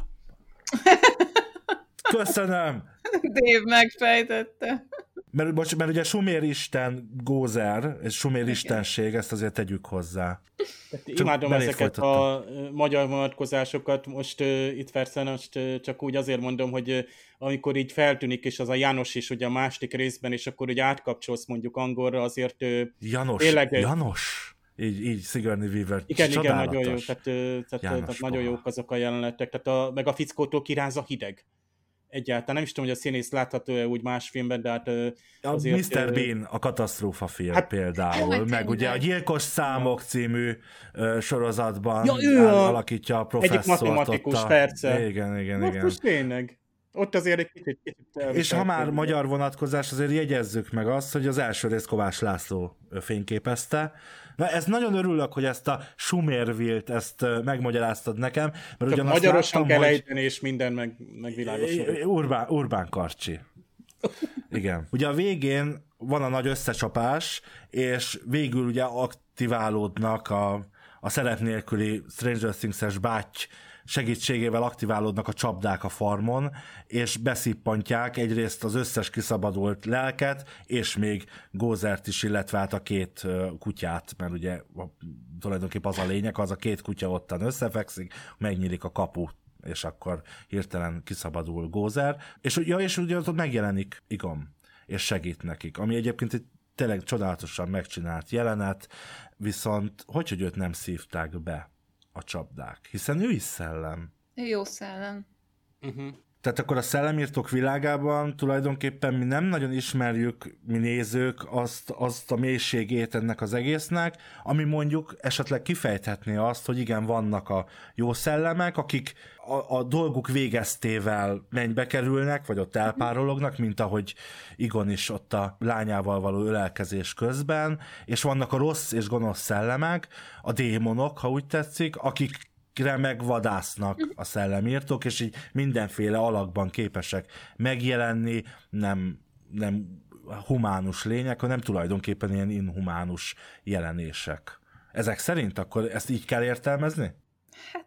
Köszönöm! Dave megfejtette. Mert ugye Sumér isten Gózer, és Sumér istenség, ezt azért tegyük hozzá. Imádom ezeket a magyar vonatkozásokat, most itt persze most csak úgy azért mondom, hogy amikor így feltűnik, és az a János is ugye a második részben, és akkor úgy átkapcsolsz mondjuk angolra, azért János, tényleg... János? Így Sigourney Weaver. Igen, nagyon jó, tehát nagyon jók azok a jelenetek, tehát meg a fickótól kiráz a hideg. Egyáltalán nem is tudom, hogy a színész látható-e úgy más filmben, de hát azért... Mr. Bean, a katasztrófa film például, meg ugye a Gyilkos számok című sorozatban alakítja a professzort. Egyik matematikus, persze. Igen. Most tényleg. Ott azért egy kicsit És ha már elviselhető. magyar vonatkozás, azért jegyezzük meg azt, hogy az első részt Kovács László fényképezte. Na, ezt nagyon örülök, hogy ezt a Sumérvilt, ezt megmagyaráztad nekem, mert Csak ugyanazt magyarosan láttam, kell hogy ejteni, és minden megvilágosodik. Urbán Karcsi. Igen. Ugye a végén van a nagy összecsapás, és végül ugye aktiválódnak a szerep nélküli Stranger Things-es báty segítségével aktiválódnak a csapdák a farmon, és beszippantják egyrészt az összes kiszabadult lelket, és még Gózert is, illetve hát a két kutyát, mert ugye tulajdonképp az a lényeg, az a két kutya ottan összefekszik, megnyílik a kapu, és akkor hirtelen kiszabadul Gózer, és ugye ott megjelenik Egon, és segít nekik, ami egyébként egy tényleg csodálatosan megcsinált jelenet, viszont hogy őt nem szívták be a csapdák, hiszen ő is szellem. Jó szellem. Tehát akkor a szellemírtók világában tulajdonképpen mi nem nagyon ismerjük, mi nézők azt a mélységét ennek az egésznek, ami mondjuk esetleg kifejthetné azt, hogy igen, vannak a jó szellemek, akik a dolguk végeztével mennybe kerülnek, vagy ott elpárolognak, mint ahogy Egon is ott a lányával való ölelkezés közben, és vannak a rossz és gonosz szellemek, a démonok, ha úgy tetszik, akik megvadásznak a szellemírtók, és így mindenféle alakban képesek megjelenni, nem humánus lények, hanem tulajdonképpen ilyen inhumánus jelenések. Ezek szerint akkor ezt így kell értelmezni? Hát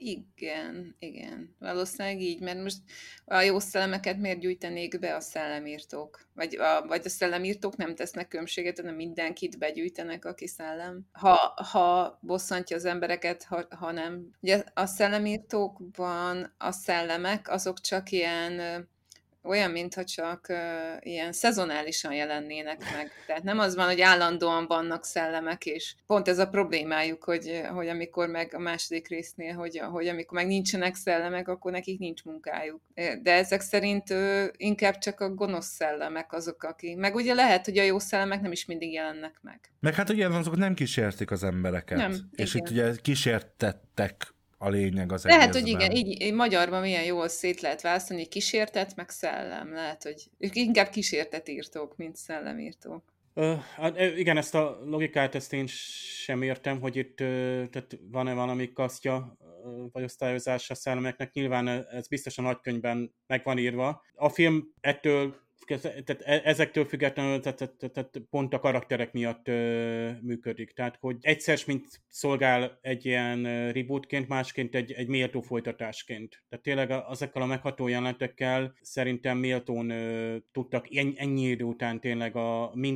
igen. Valószínűleg így, mert most a jó szellemeket miért gyűjtenék be a szellemírtók? Vagy a szellemírtók nem tesznek különbséget, hanem mindenkit begyűjtenek, aki szellem. Ha bosszantja az embereket, ha nem. Ugye a szellemírtókban a szellemek, azok csak ilyen olyan, mintha csak ilyen szezonálisan jelennének meg. Tehát nem az van, hogy állandóan vannak szellemek, és pont ez a problémájuk, hogy amikor meg a második résznél, hogy amikor meg nincsenek szellemek, akkor nekik nincs munkájuk. De ezek szerint inkább csak a gonosz szellemek azok, akik... Meg ugye lehet, hogy a jó szellemek nem is mindig jelennek meg. Meg hát ugye azok nem kísértik az embereket. Nem, és igen. itt ugye kísértettek a lényeg az Lehet, egészben. hogy igen, így magyarban milyen jól szét lehet választani, kísértet, meg szellem. Lehet, hogy ők inkább kísértet írtók, mint szellemírtók. Igen, ezt a logikát ezt én sem értem, hogy itt tehát van-e valami kasztja vagy osztályozása a szellemeknek. Nyilván ez biztosan nagykönyvben meg van írva. A film ettől, tehát ezektől függetlenül tehát pont a karakterek miatt működik. Tehát, hogy egyszer, mint szolgál egy ilyen rebootként, másként egy méltó folytatásként. Tehát tényleg ezekkel a megható jelenetekkel szerintem méltón tudtak ennyi idő után tényleg mind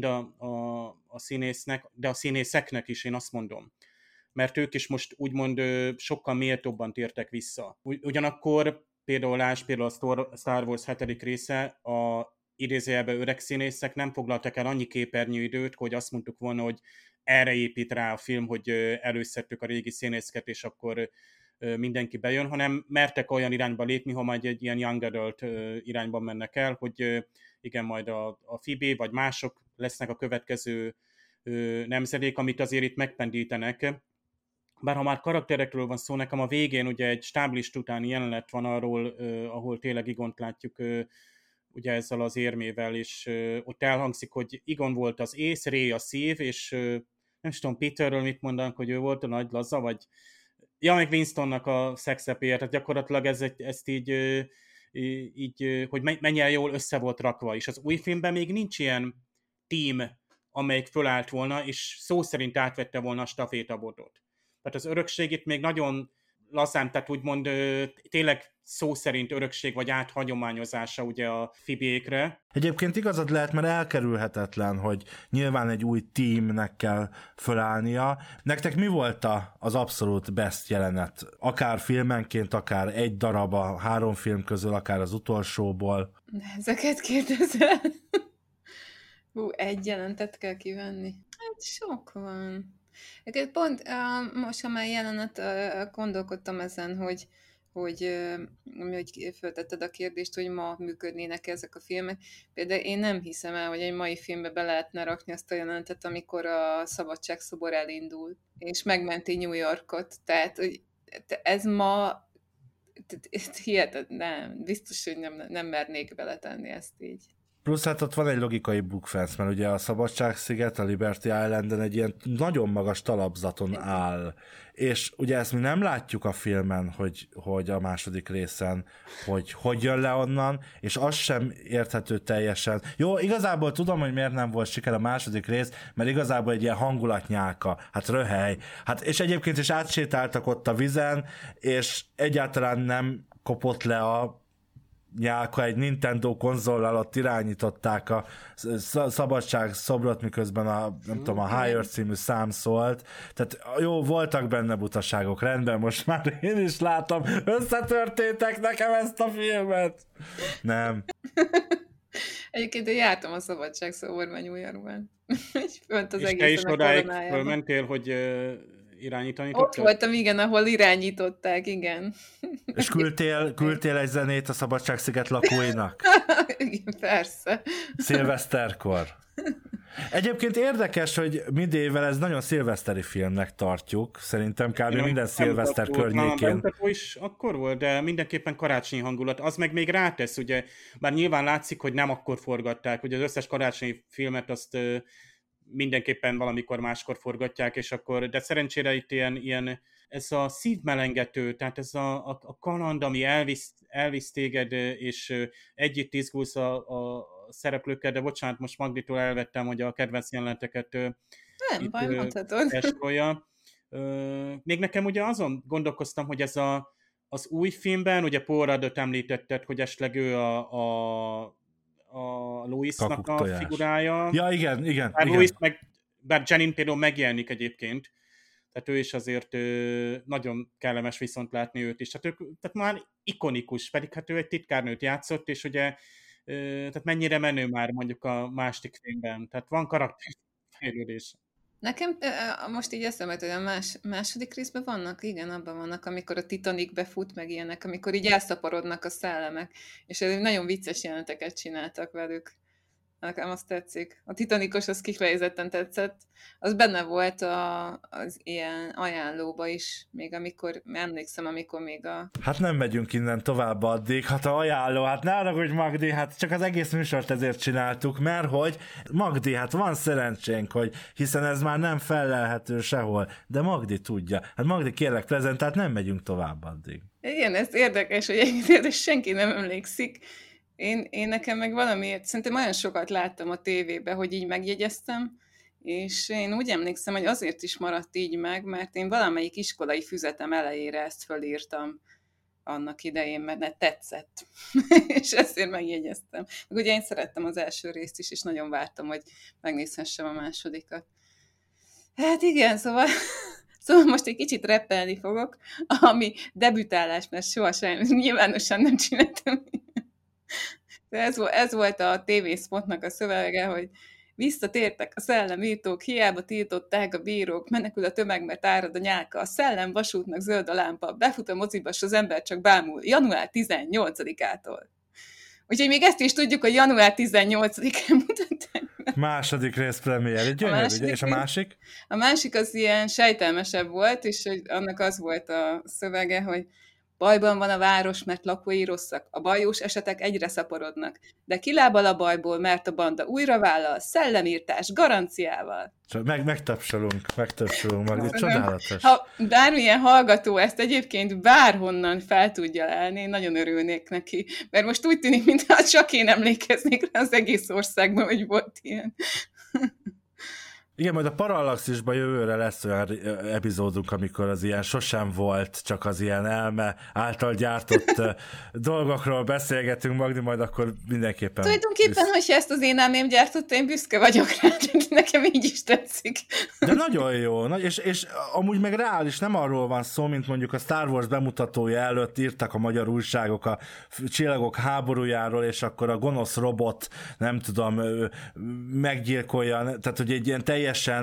a színésznek, de a színészeknek is, én azt mondom. Mert ők is most úgymond sokkal méltóbban tértek vissza. Ugyanakkor például a Star Wars 7. része, a idézőjelben öreg színészek nem foglaltak el annyi képernyőidőt, hogy azt mondtuk volna, hogy erre épít rá a film, hogy előszedtük a régi színészket, és akkor mindenki bejön, hanem mertek olyan irányba lépni, ha majd egy ilyen young adult irányban mennek el, hogy igen, majd a Phoebe vagy mások lesznek a következő nemzedék, amit azért itt megpendítenek. Bár ha már karakterekről van szó, nekem a végén ugye egy stáblist utáni jelenet van arról, ahol tényleg Egont látjuk ugye ezzel az érmével, és ott elhangzik, hogy Egon volt az ész, Rey a szív, és nem tudom, Peterről mit mondanak, hogy ő volt a nagy laza, vagy meg Winstonnak a szexepéért, tehát gyakorlatilag ezt így, hogy mennyire jól össze volt rakva, és az új filmben még nincs ilyen team, amelyik fölállt volna, és szó szerint átvette volna a stafétabotot. Tehát az örökség itt még nagyon lazán, tehát úgymond tényleg szó szerint örökség vagy áthagyományozása ugye a Phoebe-ékre. Egyébként igazad lehet, mert elkerülhetetlen, hogy nyilván egy új teamnek kell fölállnia. Nektek mi volt az abszolút best jelenet? Akár filmenként, akár egy darab a 3 film közül, akár az utolsóból. Ezeket kérdezel? Egy jelentet kell kivenni. Hát sok van. Pont most, ha már jelenet, gondolkodtam ezen, hogy föltetted a kérdést, hogy ma működnének ezek a filmek. Például én nem hiszem el, hogy egy mai filmbe be lehetne rakni azt a jelenetet, amikor a szabadságszobor elindul, és megmenti New Yorkot. Tehát ez ma nem, biztos, hogy nem mernék beletenni ezt így. Plusz hát ott van egy logikai bukfenc, mert ugye a Szabadságsziget, a Liberty Islanden egy ilyen nagyon magas talapzaton áll, és ugye ezt mi nem látjuk a filmen, hogy a második részen, hogy jön le onnan, és az sem érthető teljesen. Jó, igazából tudom, hogy miért nem volt siker a második rész, mert igazából egy ilyen hangulatnyálka, hát röhely. Hát és egyébként is átsétáltak ott a vizen, és egyáltalán nem kopott le a nyálka, egy Nintendo konzollal ott irányították a szabadság szobrot, miközben a, nem tudom, a Higher című szám szólt. Tehát jó, voltak benne butaságok, rendben, most már én is látom, összetörtétek nekem ezt a filmet. Nem. Egyébként én jártam a Szabadság szobor New Yorkban. Fönt az és te is egészen a odáig koronájában. mentél, hogy irányítani Ott tudtad? voltam, igen, ahol irányították, igen. És küldtél egy zenét a Szabadságsziget lakóinak? Igen, persze. Szilveszterkor. Egyébként érdekes, hogy mindével ez nagyon szilveszteri filmnek tartjuk. Szerintem kb. Minden szilveszter környékén. A bemutató is akkor volt, de mindenképpen karácsonyi hangulat. Az meg még rátesz, ugye, bár nyilván látszik, hogy nem akkor forgatták, ugye az összes karácsonyi filmet azt mindenképpen valamikor máskor forgatják, és akkor, de szerencsére itt ilyen ez a szívmelengető, tehát ez a kaland, ami elvisz téged, és együtt izgulsz a szereplőkkel, de bocsánat, most Magditól elvettem, hogy a kedvenc jeleneteket Nem baj, mondhatod. testolja. Még nekem ugye azon gondolkoztam, hogy ez az új filmben, ugye Paul Ruddot említetted, hogy esetleg ő a Louisnak a figurája. Ja, igen. Louis bár Janine például megjelenik egyébként, tehát ő is azért nagyon kellemes viszont látni őt is. Tehát már ikonikus, pedig hát ő egy titkárnőt játszott, és ugye tehát mennyire menő már mondjuk a másik filmben. Tehát van karakterfejlődés. Nekem most így eszembe, hogy a második részben vannak, igen, abban vannak, amikor a Titanic befut, meg ilyenek, amikor így elszaporodnak a szellemek, és nagyon vicces jeleneteket csináltak velük. Nekem azt tetszik. A Titanicos az kifejezetten tetszett. Az benne volt az ilyen ajánlóba is, még amikor, emlékszem, amikor még a... Hát nem megyünk innen tovább addig, hát a ajánló, hát ne arra, hogy Magdi, hát csak az egész műsort ezért csináltuk, mert hogy Magdi, hát van szerencsénk, hogy hiszen ez már nem fellelhető sehol, de Magdi tudja. Hát Magdi, kérlek prezentált, nem megyünk tovább addig. Igen, ez érdekes, hogy egyébként senki nem emlékszik. Én nekem meg valamiért, szerintem olyan sokat láttam a tévében, hogy így megjegyeztem, és én úgy emlékszem, hogy azért is maradt így meg, mert én valamelyik iskolai füzetem elejére ezt fölírtam annak idején, mert tetszett. És ezért megjegyeztem. Meg ugye én szerettem az első részt is, és nagyon vártam, hogy megnézhessem a másodikat. Hát igen, szóval most egy kicsit reppelni fogok, ami debütálás, mert sohasem nyilvánosan nem csináltam. De ez volt a TV-spotnak a szövege, hogy visszatértek a szellemírtók, hiába tiltották a bírók, menekül a tömeg, mert árad a nyálka, a szellem vasútnak zöld a lámpa, befut a moziba, s az ember csak bámul, január 18-ától. Úgyhogy még ezt is tudjuk, hogy január 18-án mutatták. Második rész premier, gyönyörű, és a másik? A másik az ilyen sejtelmesebb volt, és annak az volt a szövege, hogy bajban van a város, mert lakói rosszak, a bajós esetek egyre szaporodnak, de kilábal a bajból, mert a banda újra vállal, szellemírtás, garanciával. Megtapsolunk, Magdi, csodálatos. Ha bármilyen hallgató ezt egyébként bárhonnan fel tudja lelni, én nagyon örülnék neki, mert most úgy tűnik, mintha csak én emlékeznék rá az egész országban, hogy volt ilyen. Igen, majd a Parallaxisban jövőre lesz olyan epizódunk, amikor az ilyen sosem volt, csak az ilyen elme által gyártott dolgokról beszélgetünk, Magdi, majd akkor mindenképpen... Tulajdonképpen, hogyha ezt az én elmém gyártotta, én büszke vagyok rá, nekem így is tetszik. De nagyon jó, és amúgy meg reális, nem arról van szó, mint mondjuk a Star Wars bemutatója előtt írtak a magyar újságok a csillagok háborújáról, és akkor a gonosz robot, nem tudom, meggyilkolja, tehát hogy egy ilyen teljesen...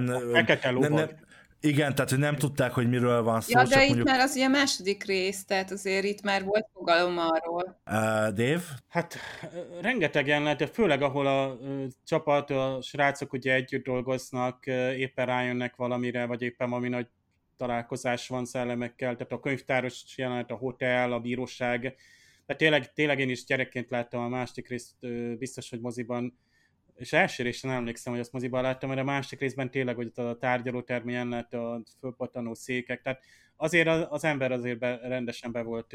Igen, tehát hogy nem tudták, hogy miről van szó. Ja, de itt mondjuk... már az ugye második rész, tehát azért itt már volt fogalom arról. Dave? Hát rengeteg jelenet, főleg ahol a csapat, a srácok ugye együtt dolgoznak, éppen rájönnek valamire, vagy éppen valami nagy találkozás van szellemekkel, tehát a könyvtáros jelenet, a hotel, a bíróság, tehát tényleg én is gyerekként láttam a másik részt, biztos, hogy moziban, és első részen emlékszem, hogy azt moziban láttam, mert a másik részben tényleg, hogy a tárgyalótermi jelenet, a fölpattanó székek, tehát azért az ember azért rendesen be volt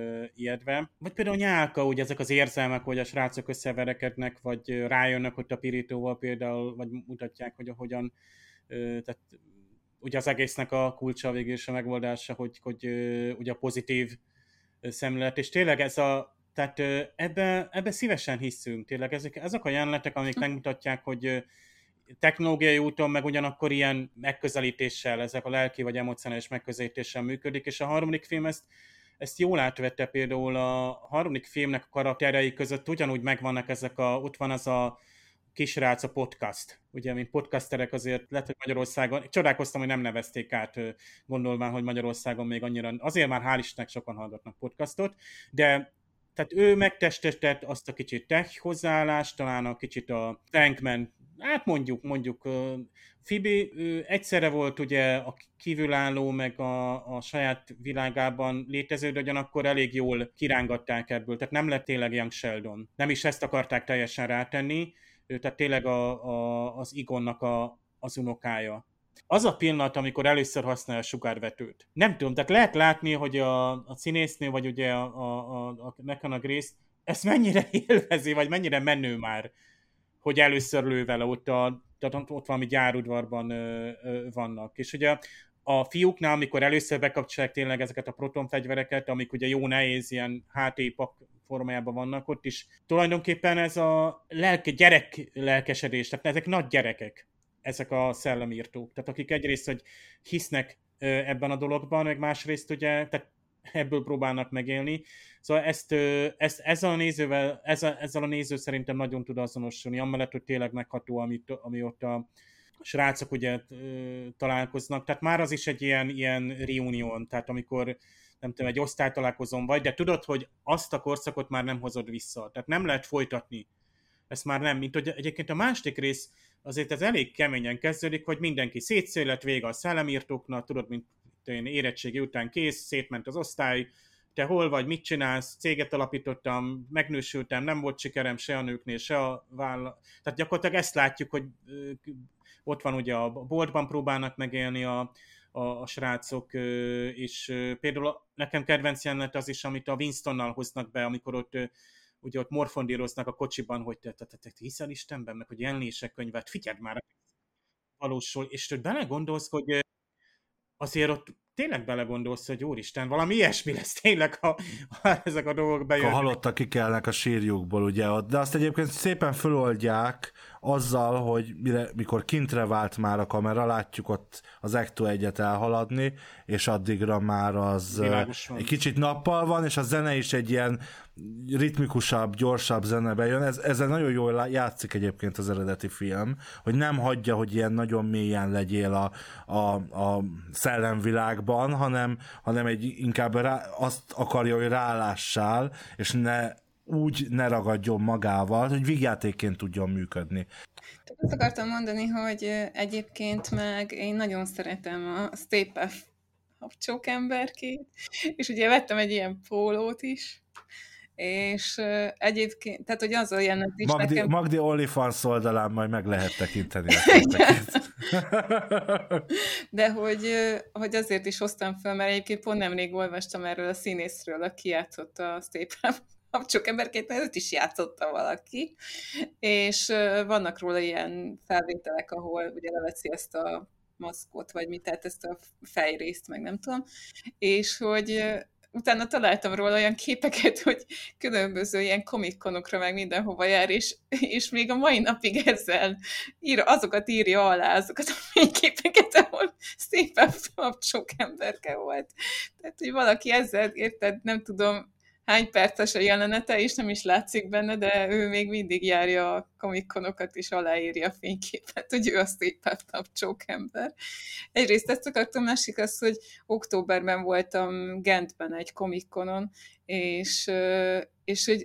ijedve. Vagy például Nyálka, ugye ezek az érzelmek, hogy a srácok összeverekednek, vagy rájönnek ott a pirítóval például, vagy mutatják, hogy hogyan, tehát ugye az egésznek a kulcsa végül is a megoldása, hogy ugye a pozitív szemlélet, és tényleg tehát ebbe szívesen hiszünk, tényleg ezek a jelenetek, amik megmutatják, hogy technológiai úton, meg ugyanakkor ilyen megközelítéssel, ezek a lelki vagy emocionális megközelítéssel működik, és a harmadik film ezt jól átvette, például a harmadik filmnek a karakterei között ugyanúgy megvannak ott van az a kisrác a podcast, ugye, mint podcasterek azért lehet, hogy Magyarországon, csodálkoztam, hogy nem nevezték át, gondolván, hogy Magyarországon még annyira, azért már hál' Istennek sokan hallgatnak podcastot, de tehát ő megtestesített azt a kicsit tech hozzáállást, talán a kicsit a Tankman, hát mondjuk Phoebe egyszerre volt ugye a kívülálló, meg a saját világában létező, de ugyanakkor elég jól kirángatták ebből, tehát nem lett tényleg Young Sheldon. Nem is ezt akarták teljesen rátenni, tehát tényleg az Egonnak az unokája. Az a pillanat, amikor először használja a sugárvetőt. Nem tudom, tehát lehet látni, hogy a színésznő, vagy ugye a McConaughey Grace ezt mennyire élvezi, vagy mennyire menő már, hogy először lő vele, tehát ott valami gyárudvarban vannak. És ugye a fiúknál, amikor először bekapcsolják tényleg ezeket a protonfegyvereket, amik ugye jó nehéz, ilyen HT-pak formájában vannak, ott is tulajdonképpen ez a gyerek lelkesedés, tehát ezek nagy gyerekek, ezek a szellemírtók, tehát akik egyrészt, hogy hisznek ebben a dologban, meg másrészt ugye, tehát ebből próbálnak megélni. Szóval ezzel a néző szerintem nagyon tud azonosulni, amellett, hogy tényleg megható, ami ott a srácok ugye találkoznak. Tehát már az is egy ilyen reunion, tehát amikor nem tudom, egy osztálytalálkozón vagy, de tudod, hogy azt a korszakot már nem hozod vissza. Tehát nem lehet folytatni. Ezt már nem. Mint hogy egyébként a második rész azért ez elég keményen kezdődik, hogy mindenki szétszélet, vége a szellemírtóknak, tudod, mint én érettségi után kész, szétment az osztály, te hol vagy, mit csinálsz, céget alapítottam, megnősültem, nem volt sikerem se a nőknél, se a Tehát gyakorlatilag ezt látjuk, hogy ott van ugye a boltban próbálnak megélni a srácok, és például nekem kedvenc jelenet az is, amit a Winstonnal hoznak be, amikor ott morfondíroznak a kocsiban, hogy te hiszel Istenben, meg hogy jelenések könyvet, figyeld már, valósul, és te belegondolsz, hogy azért ott tényleg belegondolsz, hogy úristen, valami ilyesmi lesz tényleg, ha ezek a dolgok bejönnek. A halottak kikelnek a sírjukból, ugye ott. De azt egyébként szépen föloldják azzal, hogy mikor kintre vált már a kamera, látjuk ott az Ecto 1-et elhaladni, és addigra már az egy kicsit nappal van, és a zene is egy ilyen ritmikusabb, gyorsabb zene bejön. Ezzel nagyon jól játszik egyébként az eredeti film, hogy nem hagyja, hogy ilyen nagyon mélyen legyél a szellemvilágban, hanem inkább azt akarja, hogy rálássál, és ne ragadjon magával, hogy vígjátékként tudjon működni. Azt akartam mondani, hogy egyébként meg én nagyon szeretem a Stay Puft habcsókemberkét, és ugye vettem egy ilyen pólót is, és egyébként, tehát hogy az olyan is nekem... Magdi OnlyFans oldalán majd meg lehet tekinteni a képeket. De hogy azért is hoztam fel, mert egyébként pont nemrég olvastam erről a színészről, aki játszott a Stay Puft habcsókemberkét, mert őt is játszotta valaki, és vannak róla ilyen felvételek, ahol ugye leveszi ezt a maszkot, vagy mit, tehát ezt a fejrészt, meg nem tudom, és hogy utána találtam róla olyan képeket, hogy különböző ilyen komikkonokra meg mindenhova jár, és még a mai napig ezzel azokat írja alá, azokat a fényképeket, ahol szépen habcsókemberke volt. Tehát, hogy valaki ezzel, érted, nem tudom, hány perces a jelenete, és nem is látszik benne, de ő még mindig járja a komikkonokat, és aláírja a fényképet, hogy ő a szépen habcsókember. Egyrészt ezt akartam, másik az, hogy októberben voltam Gentben egy komikkonon, és hogy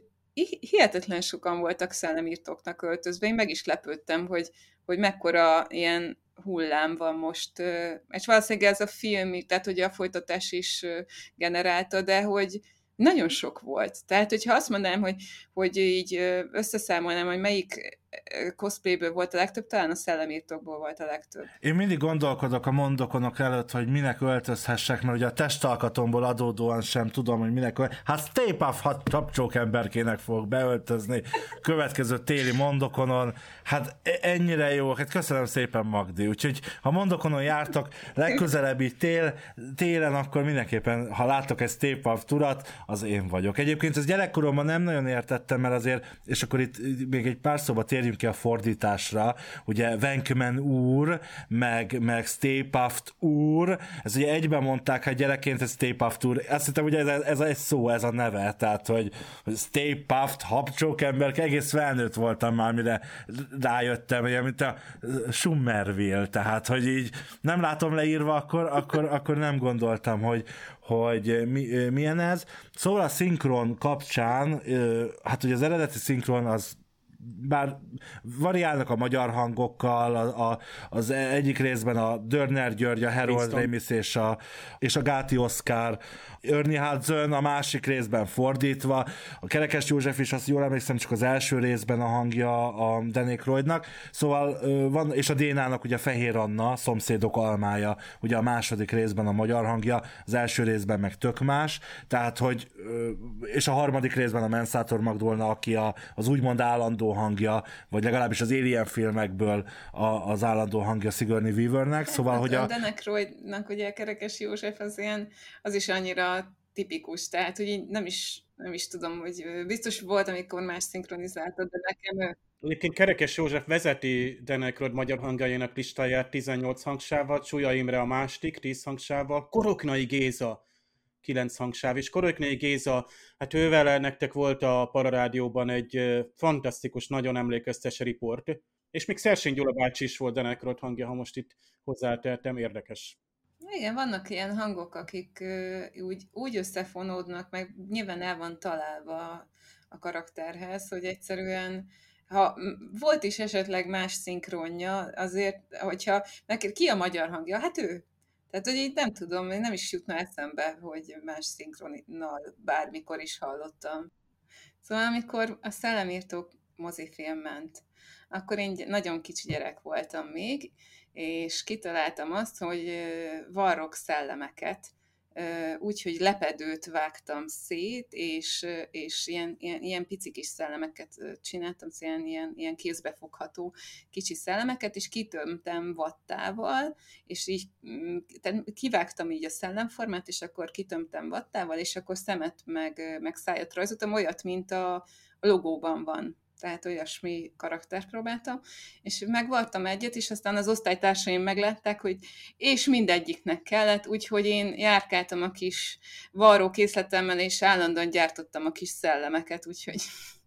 hihetetlen sokan voltak szellemírtóknak öltözve. Én meg is lepődtem, hogy mekkora ilyen hullám van most, és valószínűleg ez a film, tehát hogy a folytatás is generálta, de hogy nagyon sok volt. Tehát, hogyha azt mondanám, hogy így összeszámolnám, hogy melyik cosplayből volt a legtöbb, talán a szellemírtókból volt a legtöbb. Én mindig gondolkodok a mondokonok előtt, hogy minek öltözhessek, mert ugye a testalkatomból adódóan sem tudom, hogy minek hát Stay Puft Habcsókemberkének fogok beöltözni következő téli mondokonon. Hát ennyire jó, hát köszönöm szépen, Magdi. Úgyhogy ha mondokonon jártak legközelebbi télen, akkor mindenképpen, ha láttok egy Stay Puft urat, az én vagyok. Egyébként ez gyerekkoromban nem nagyon értettem, mert azért, és akkor itt még egy pár szóba térjünk ki a fordításra, ugye Venkman úr, meg Stay Puft úr, ez ugye egyben mondták, hát gyerekként ez Stay Puft úr, azt hittem, ugye ez egy szó, ez a neve, tehát, hogy Stay Puft Habcsókember, egész felnőtt voltam már, mire rájöttem, ugye, mint a Summerville, tehát, hogy így nem látom leírva, akkor nem gondoltam, hogy milyen ez. Szóval a szinkron kapcsán, hát ugye az eredeti szinkron az bár variálnak a magyar hangokkal, az egyik részben a Dörner György, a Harold Ramis és a Gáti Oszkár Ernie Hudson, a másik részben fordítva, a Kerekes József is, azt jól emlékszem, csak az első részben a hangja a Danny Aykroydnak, szóval van, és a Dénának ugye Fehér Anna, Szomszédok almája, ugye a második részben a magyar hangja, az első részben meg tök más, tehát hogy, és a harmadik részben a Mensátor Magdolna, aki az úgymond állandó hangja, vagy legalábbis az Alien filmekből az állandó hangja Sigourney Weavernek, szóval, hogy a Danny Aykroydnak ugye Kerekes József az is annyira tipikus, tehát hogy nem is tudom, hogy biztos volt, amikor más szinkronizáltad, de nekem ő... Egyébként Kerekes József vezeti Danny Aykroyd magyar hangjainak listáját 18 hangsávval, Csúlya Imre a második 10 hangsávval, Koroknai Géza 9 hangsáv, és Koroknai Géza, hát ővel nektek volt a Pararádióban egy fantasztikus, nagyon emlékeztes riport, és még Szersény Gyula bácsi is volt Danny Aykroyd hangja, ha most itt hozzáteltem, érdekes. Igen, vannak ilyen hangok, akik úgy összefonódnak, meg nyilván el van találva a karakterhez, hogy egyszerűen, ha volt is esetleg más szinkronja, azért, hogyha neked ki a magyar hangja? Hát ő. Tehát, hogy így nem tudom, nem is jutna eszembe, hogy más szinkronnal bármikor is hallottam. Szóval amikor a Szellemírtók mozifilm ment, akkor én nagyon kicsi gyerek voltam még, és kitaláltam azt, hogy varrok szellemeket, úgyhogy lepedőt vágtam szét, és ilyen pici kis szellemeket csináltam, ilyen kézbefogható kicsi szellemeket, és kitömtem vattával, és így kivágtam így a szellemformát, és akkor kitömtem vattával, és akkor szemet meg szájat rajzoltam, olyat, mint a logóban van. Tehát olyasmi karaktert próbáltam, és megvartam egyet, és aztán az osztálytársaim meglátták, hogy és mindegyiknek kellett, úgyhogy én járkáltam a kis varrókészletemmel, és állandóan gyártottam a kis szellemeket, úgyhogy...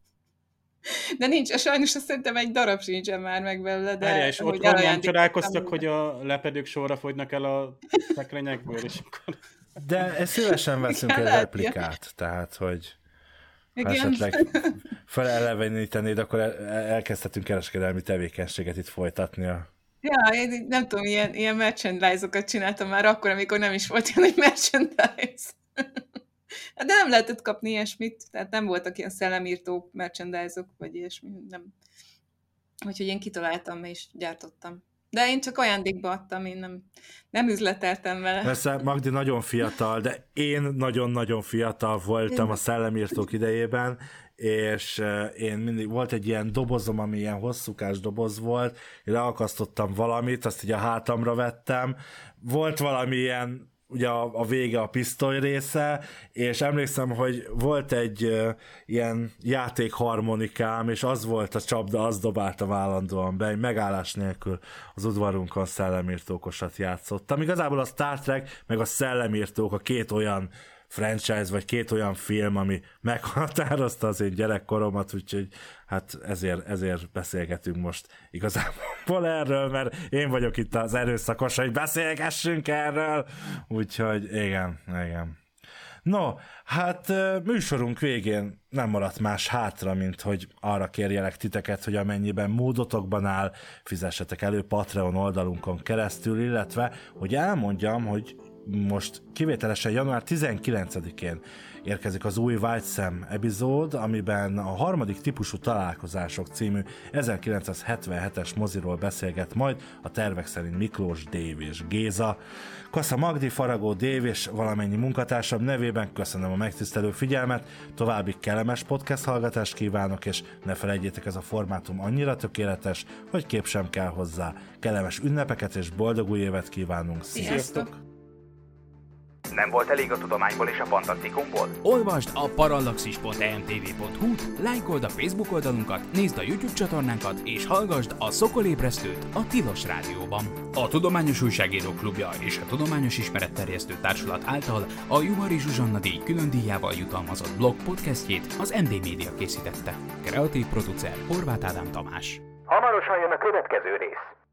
De nincs, sajnos azt szerintem egy darab sincsen már meg belőle, de... Várjál, és otthon nem csodálkoztak, hogy a lepedők sorra fogynak el a szekrényekből, és akkor... De szívesen veszünk egy replikát, tehát, hogy... Ha esetleg felelevenítenéd, akkor elkezdhetünk kereskedelmi tevékenységet itt folytatni. Ja, én nem tudom, ilyen merchandise-okat csináltam már akkor, amikor nem is volt ilyen, hogy merchandise. De nem lehetett kapni ilyesmit, tehát nem voltak ilyen szellemírtó merchandise-ok, vagy ilyesmi, nem. Úgyhogy én kitaláltam és gyártottam. De én csak ajándékba adtam, én nem üzleteltem vele. Persze Magdi nagyon fiatal, de én nagyon-nagyon fiatal voltam a szellemírtók idejében, és én mindig volt egy ilyen dobozom, ami ilyen hosszúkás doboz volt, én leakasztottam valamit, azt így a hátamra vettem, volt valami ilyen, ugye a vége a pisztoly része, és emlékszem, hogy volt egy ilyen játékharmonikám, és az volt a csapda, azt dobáltam állandóan be, megállás nélkül az udvarunkon szellemírtókosat játszottam. Igazából a Star Trek, meg a Szellemírtók a két olyan franchise, vagy két olyan film, ami meghatározta az én gyerekkoromat, úgyhogy hát ezért beszélgetünk most igazából erről, mert én vagyok itt az erőszakos, hogy beszélgessünk erről, úgyhogy igen. No, hát műsorunk végén nem maradt más hátra, mint hogy arra kérjelek titeket, hogy amennyiben módotokban áll, fizessetek elő Patreon oldalunkon keresztül, illetve hogy elmondjam, hogy most kivételesen január 19-én érkezik az új White Sam epizód, amiben a harmadik típusú találkozások című 1977-es moziról beszélget majd a tervek szerint Miklós, Dave és Géza. Kassa Magdi, Faragó Dave és valamennyi munkatársam nevében köszönöm a megtisztelő figyelmet, további kellemes podcast hallgatást kívánok, és ne felejtjétek, ez a formátum annyira tökéletes, hogy kép sem kell hozzá. Kellemes ünnepeket és boldog új évet kívánunk. Sziasztok! Nem volt elég a tudományból és a fantasztikumból? Olvasd a parallaxis.emtv.hu-t, lájkold a Facebook oldalunkat, nézd a YouTube csatornánkat, és hallgasd a Szokolébresztőt a Tilos Rádióban. A Tudományos Újságírók Klubja és a Tudományos Ismeretterjesztő Társulat által a Juhari Zsuzsanna díj külön díjával jutalmazott blog podcastjét az MD Media készítette. Kreatív producer Horváth Ádám Tamás. Hamarosan jön a következő rész.